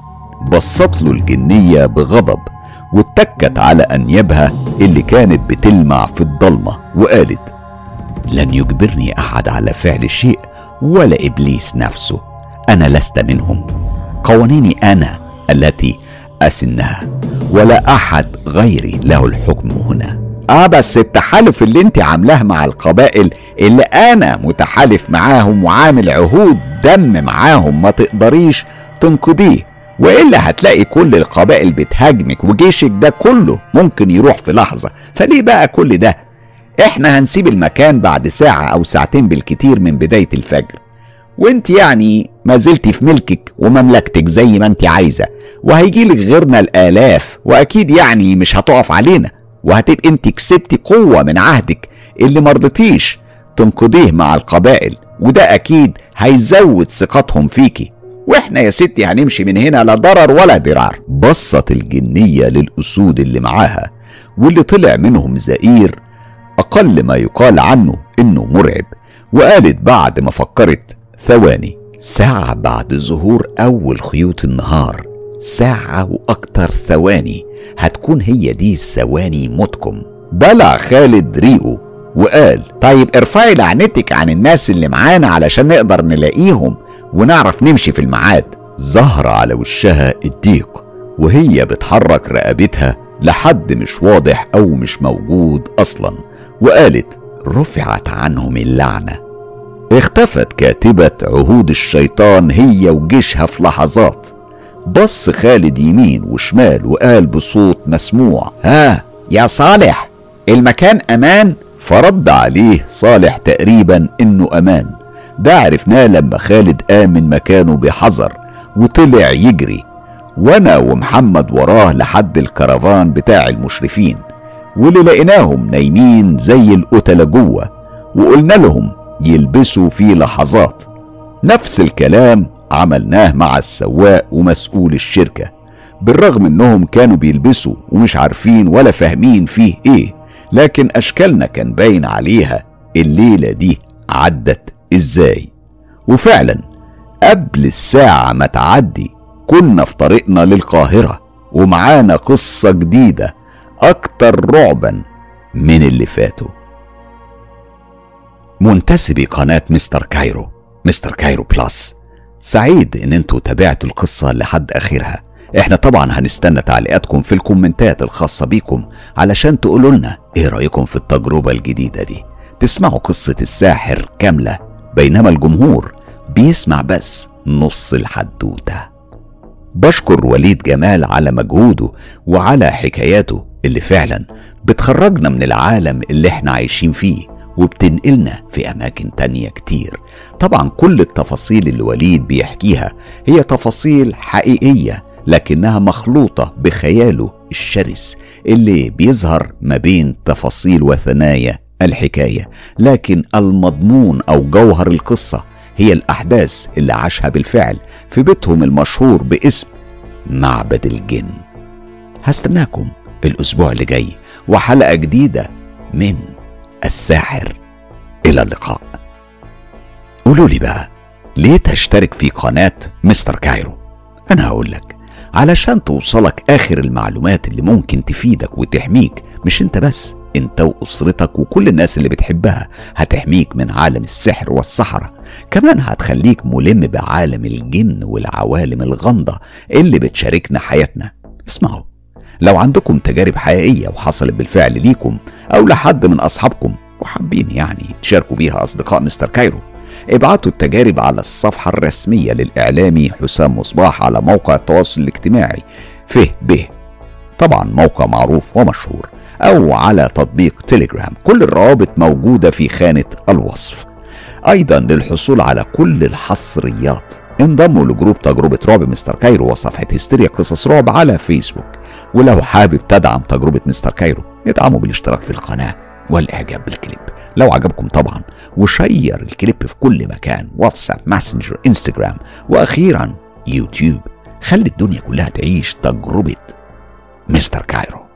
بصت له الجنية بغضب واتكت على انيابها اللي كانت بتلمع في الضلمة وقالت: لن يجبرني احد على فعل شيء ولا ابليس نفسه، انا لست منهم، قوانيني انا التي اسنها ولا احد غيري له الحكم هنا. اه بس التحالف اللي انت عاملاه مع القبائل اللي انا متحالف معاهم وعامل عهود دم معاهم ما تقدريش تنقضيه، والا هتلاقي كل القبائل بتهاجمك وجيشك ده كله ممكن يروح في لحظة. فليه بقى كل ده؟ احنا هنسيب المكان بعد ساعة او ساعتين بالكتير من بداية الفجر، وانت يعني ما زلتي في ملكك ومملكتك زي ما انت عايزة، وهيجيلك غيرنا الالاف، واكيد يعني مش هتقف علينا، وهتبقى انت كسبتي قوة من عهدك اللي مرضتيش تنقضيه مع القبائل، وده اكيد هيزود ثقتهم فيكي، واحنا يا ستي هنمشي من هنا لا ضرر ولا ضرار. بصت الجنية للأسود اللي معاها واللي طلع منهم زئير أقل ما يقال عنه إنه مرعب، وقالت بعد ما فكرت ثواني: ساعة بعد ظهور أول خيوط النهار، ساعة وأكتر ثواني هتكون هي دي الثواني موتكم. بلع خالد ريقه وقال: طيب ارفعي لعنتك عن الناس اللي معانا علشان نقدر نلاقيهم ونعرف نمشي في الميعاد. ظهر على وشها الضيق وهي بتحرك رقبتها لحد مش واضح أو مش موجود أصلا، وقالت: رفعت عنهم اللعنة. اختفت كاتبة عهود الشيطان هي وجيشها في لحظات. بص خالد يمين وشمال وقال بصوت مسموع: ها يا صالح، المكان أمان؟ فرد عليه صالح تقريبا إنه أمان. ده عرفناه لما خالد قام من مكانه بحذر وطلع يجري، وانا ومحمد وراه لحد الكرفان بتاع المشرفين، واللي لقيناهم نايمين زي القتلة جوه، وقلنا لهم يلبسوا في لحظات. نفس الكلام عملناه مع السواق ومسؤول الشركة، بالرغم انهم كانوا بيلبسوا ومش عارفين ولا فاهمين فيه ايه، لكن اشكالنا كان باين عليها الليلة دي عدت ازاي. وفعلا قبل الساعة ما تعدي كنا في طريقنا للقاهرة، ومعانا قصة جديدة اكتر رعبا من اللي فاتوا. منتسبي قناة مستر كايرو، مستر كايرو بلس، سعيد ان انتوا تابعتوا القصة لحد اخرها. احنا طبعا هنستنى تعليقاتكم في الكومنتات الخاصة بيكم علشان تقولوا لنا ايه رأيكم في التجربة الجديدة دي. تسمعوا قصة الساحر كاملة بينما الجمهور بيسمع بس نص الحدوتة. بشكر وليد جمال على مجهوده وعلى حكاياته اللي فعلا بتخرجنا من العالم اللي احنا عايشين فيه وبتنقلنا في أماكن تانية كتير. طبعا كل التفاصيل اللي وليد بيحكيها هي تفاصيل حقيقية، لكنها مخلوطة بخياله الشرس اللي بيظهر ما بين تفاصيل وثنايا الحكاية، لكن المضمون أو جوهر القصة هي الأحداث اللي عاشها بالفعل في بيتهم المشهور باسم معبد الجن. هستناكم الأسبوع اللي جاي وحلقة جديدة من الساحر. إلى اللقاء. قولوا لي بقى، ليه تشترك في قناة مستر كايرو؟ أنا هقولك، علشان توصلك آخر المعلومات اللي ممكن تفيدك وتحميك، مش انت بس، انت وأسرتك وكل الناس اللي بتحبها. هتحميك من عالم السحر والسحرة، كمان هتخليك ملم بعالم الجن والعوالم الغامضة اللي بتشاركنا حياتنا. اسمعوا، لو عندكم تجارب حقيقية وحصلت بالفعل ليكم أو لحد من أصحابكم وحابين يعني تشاركوا بيها أصدقاء مستر كايرو، ابعتوا التجارب على الصفحة الرسمية للإعلامي حسام مصباح على موقع التواصل الاجتماعي فيه به، طبعا موقع معروف ومشهور، أو على تطبيق تيليجرام. كل الروابط موجودة في خانة الوصف. أيضا للحصول على كل الحصريات انضموا لجروب تجربة رعب مستر كايرو وصفحة هستيريا قصص رعب على فيسبوك. ولو حابب تدعم تجربة مستر كايرو، ادعموا بالاشتراك في القناة والإعجاب بالكليب لو عجبكم طبعا، وشير الكليب في كل مكان، واتساب، ماسنجر، انستجرام، وأخيرا يوتيوب. خلي الدنيا كلها تعيش تجربة مستر كايرو.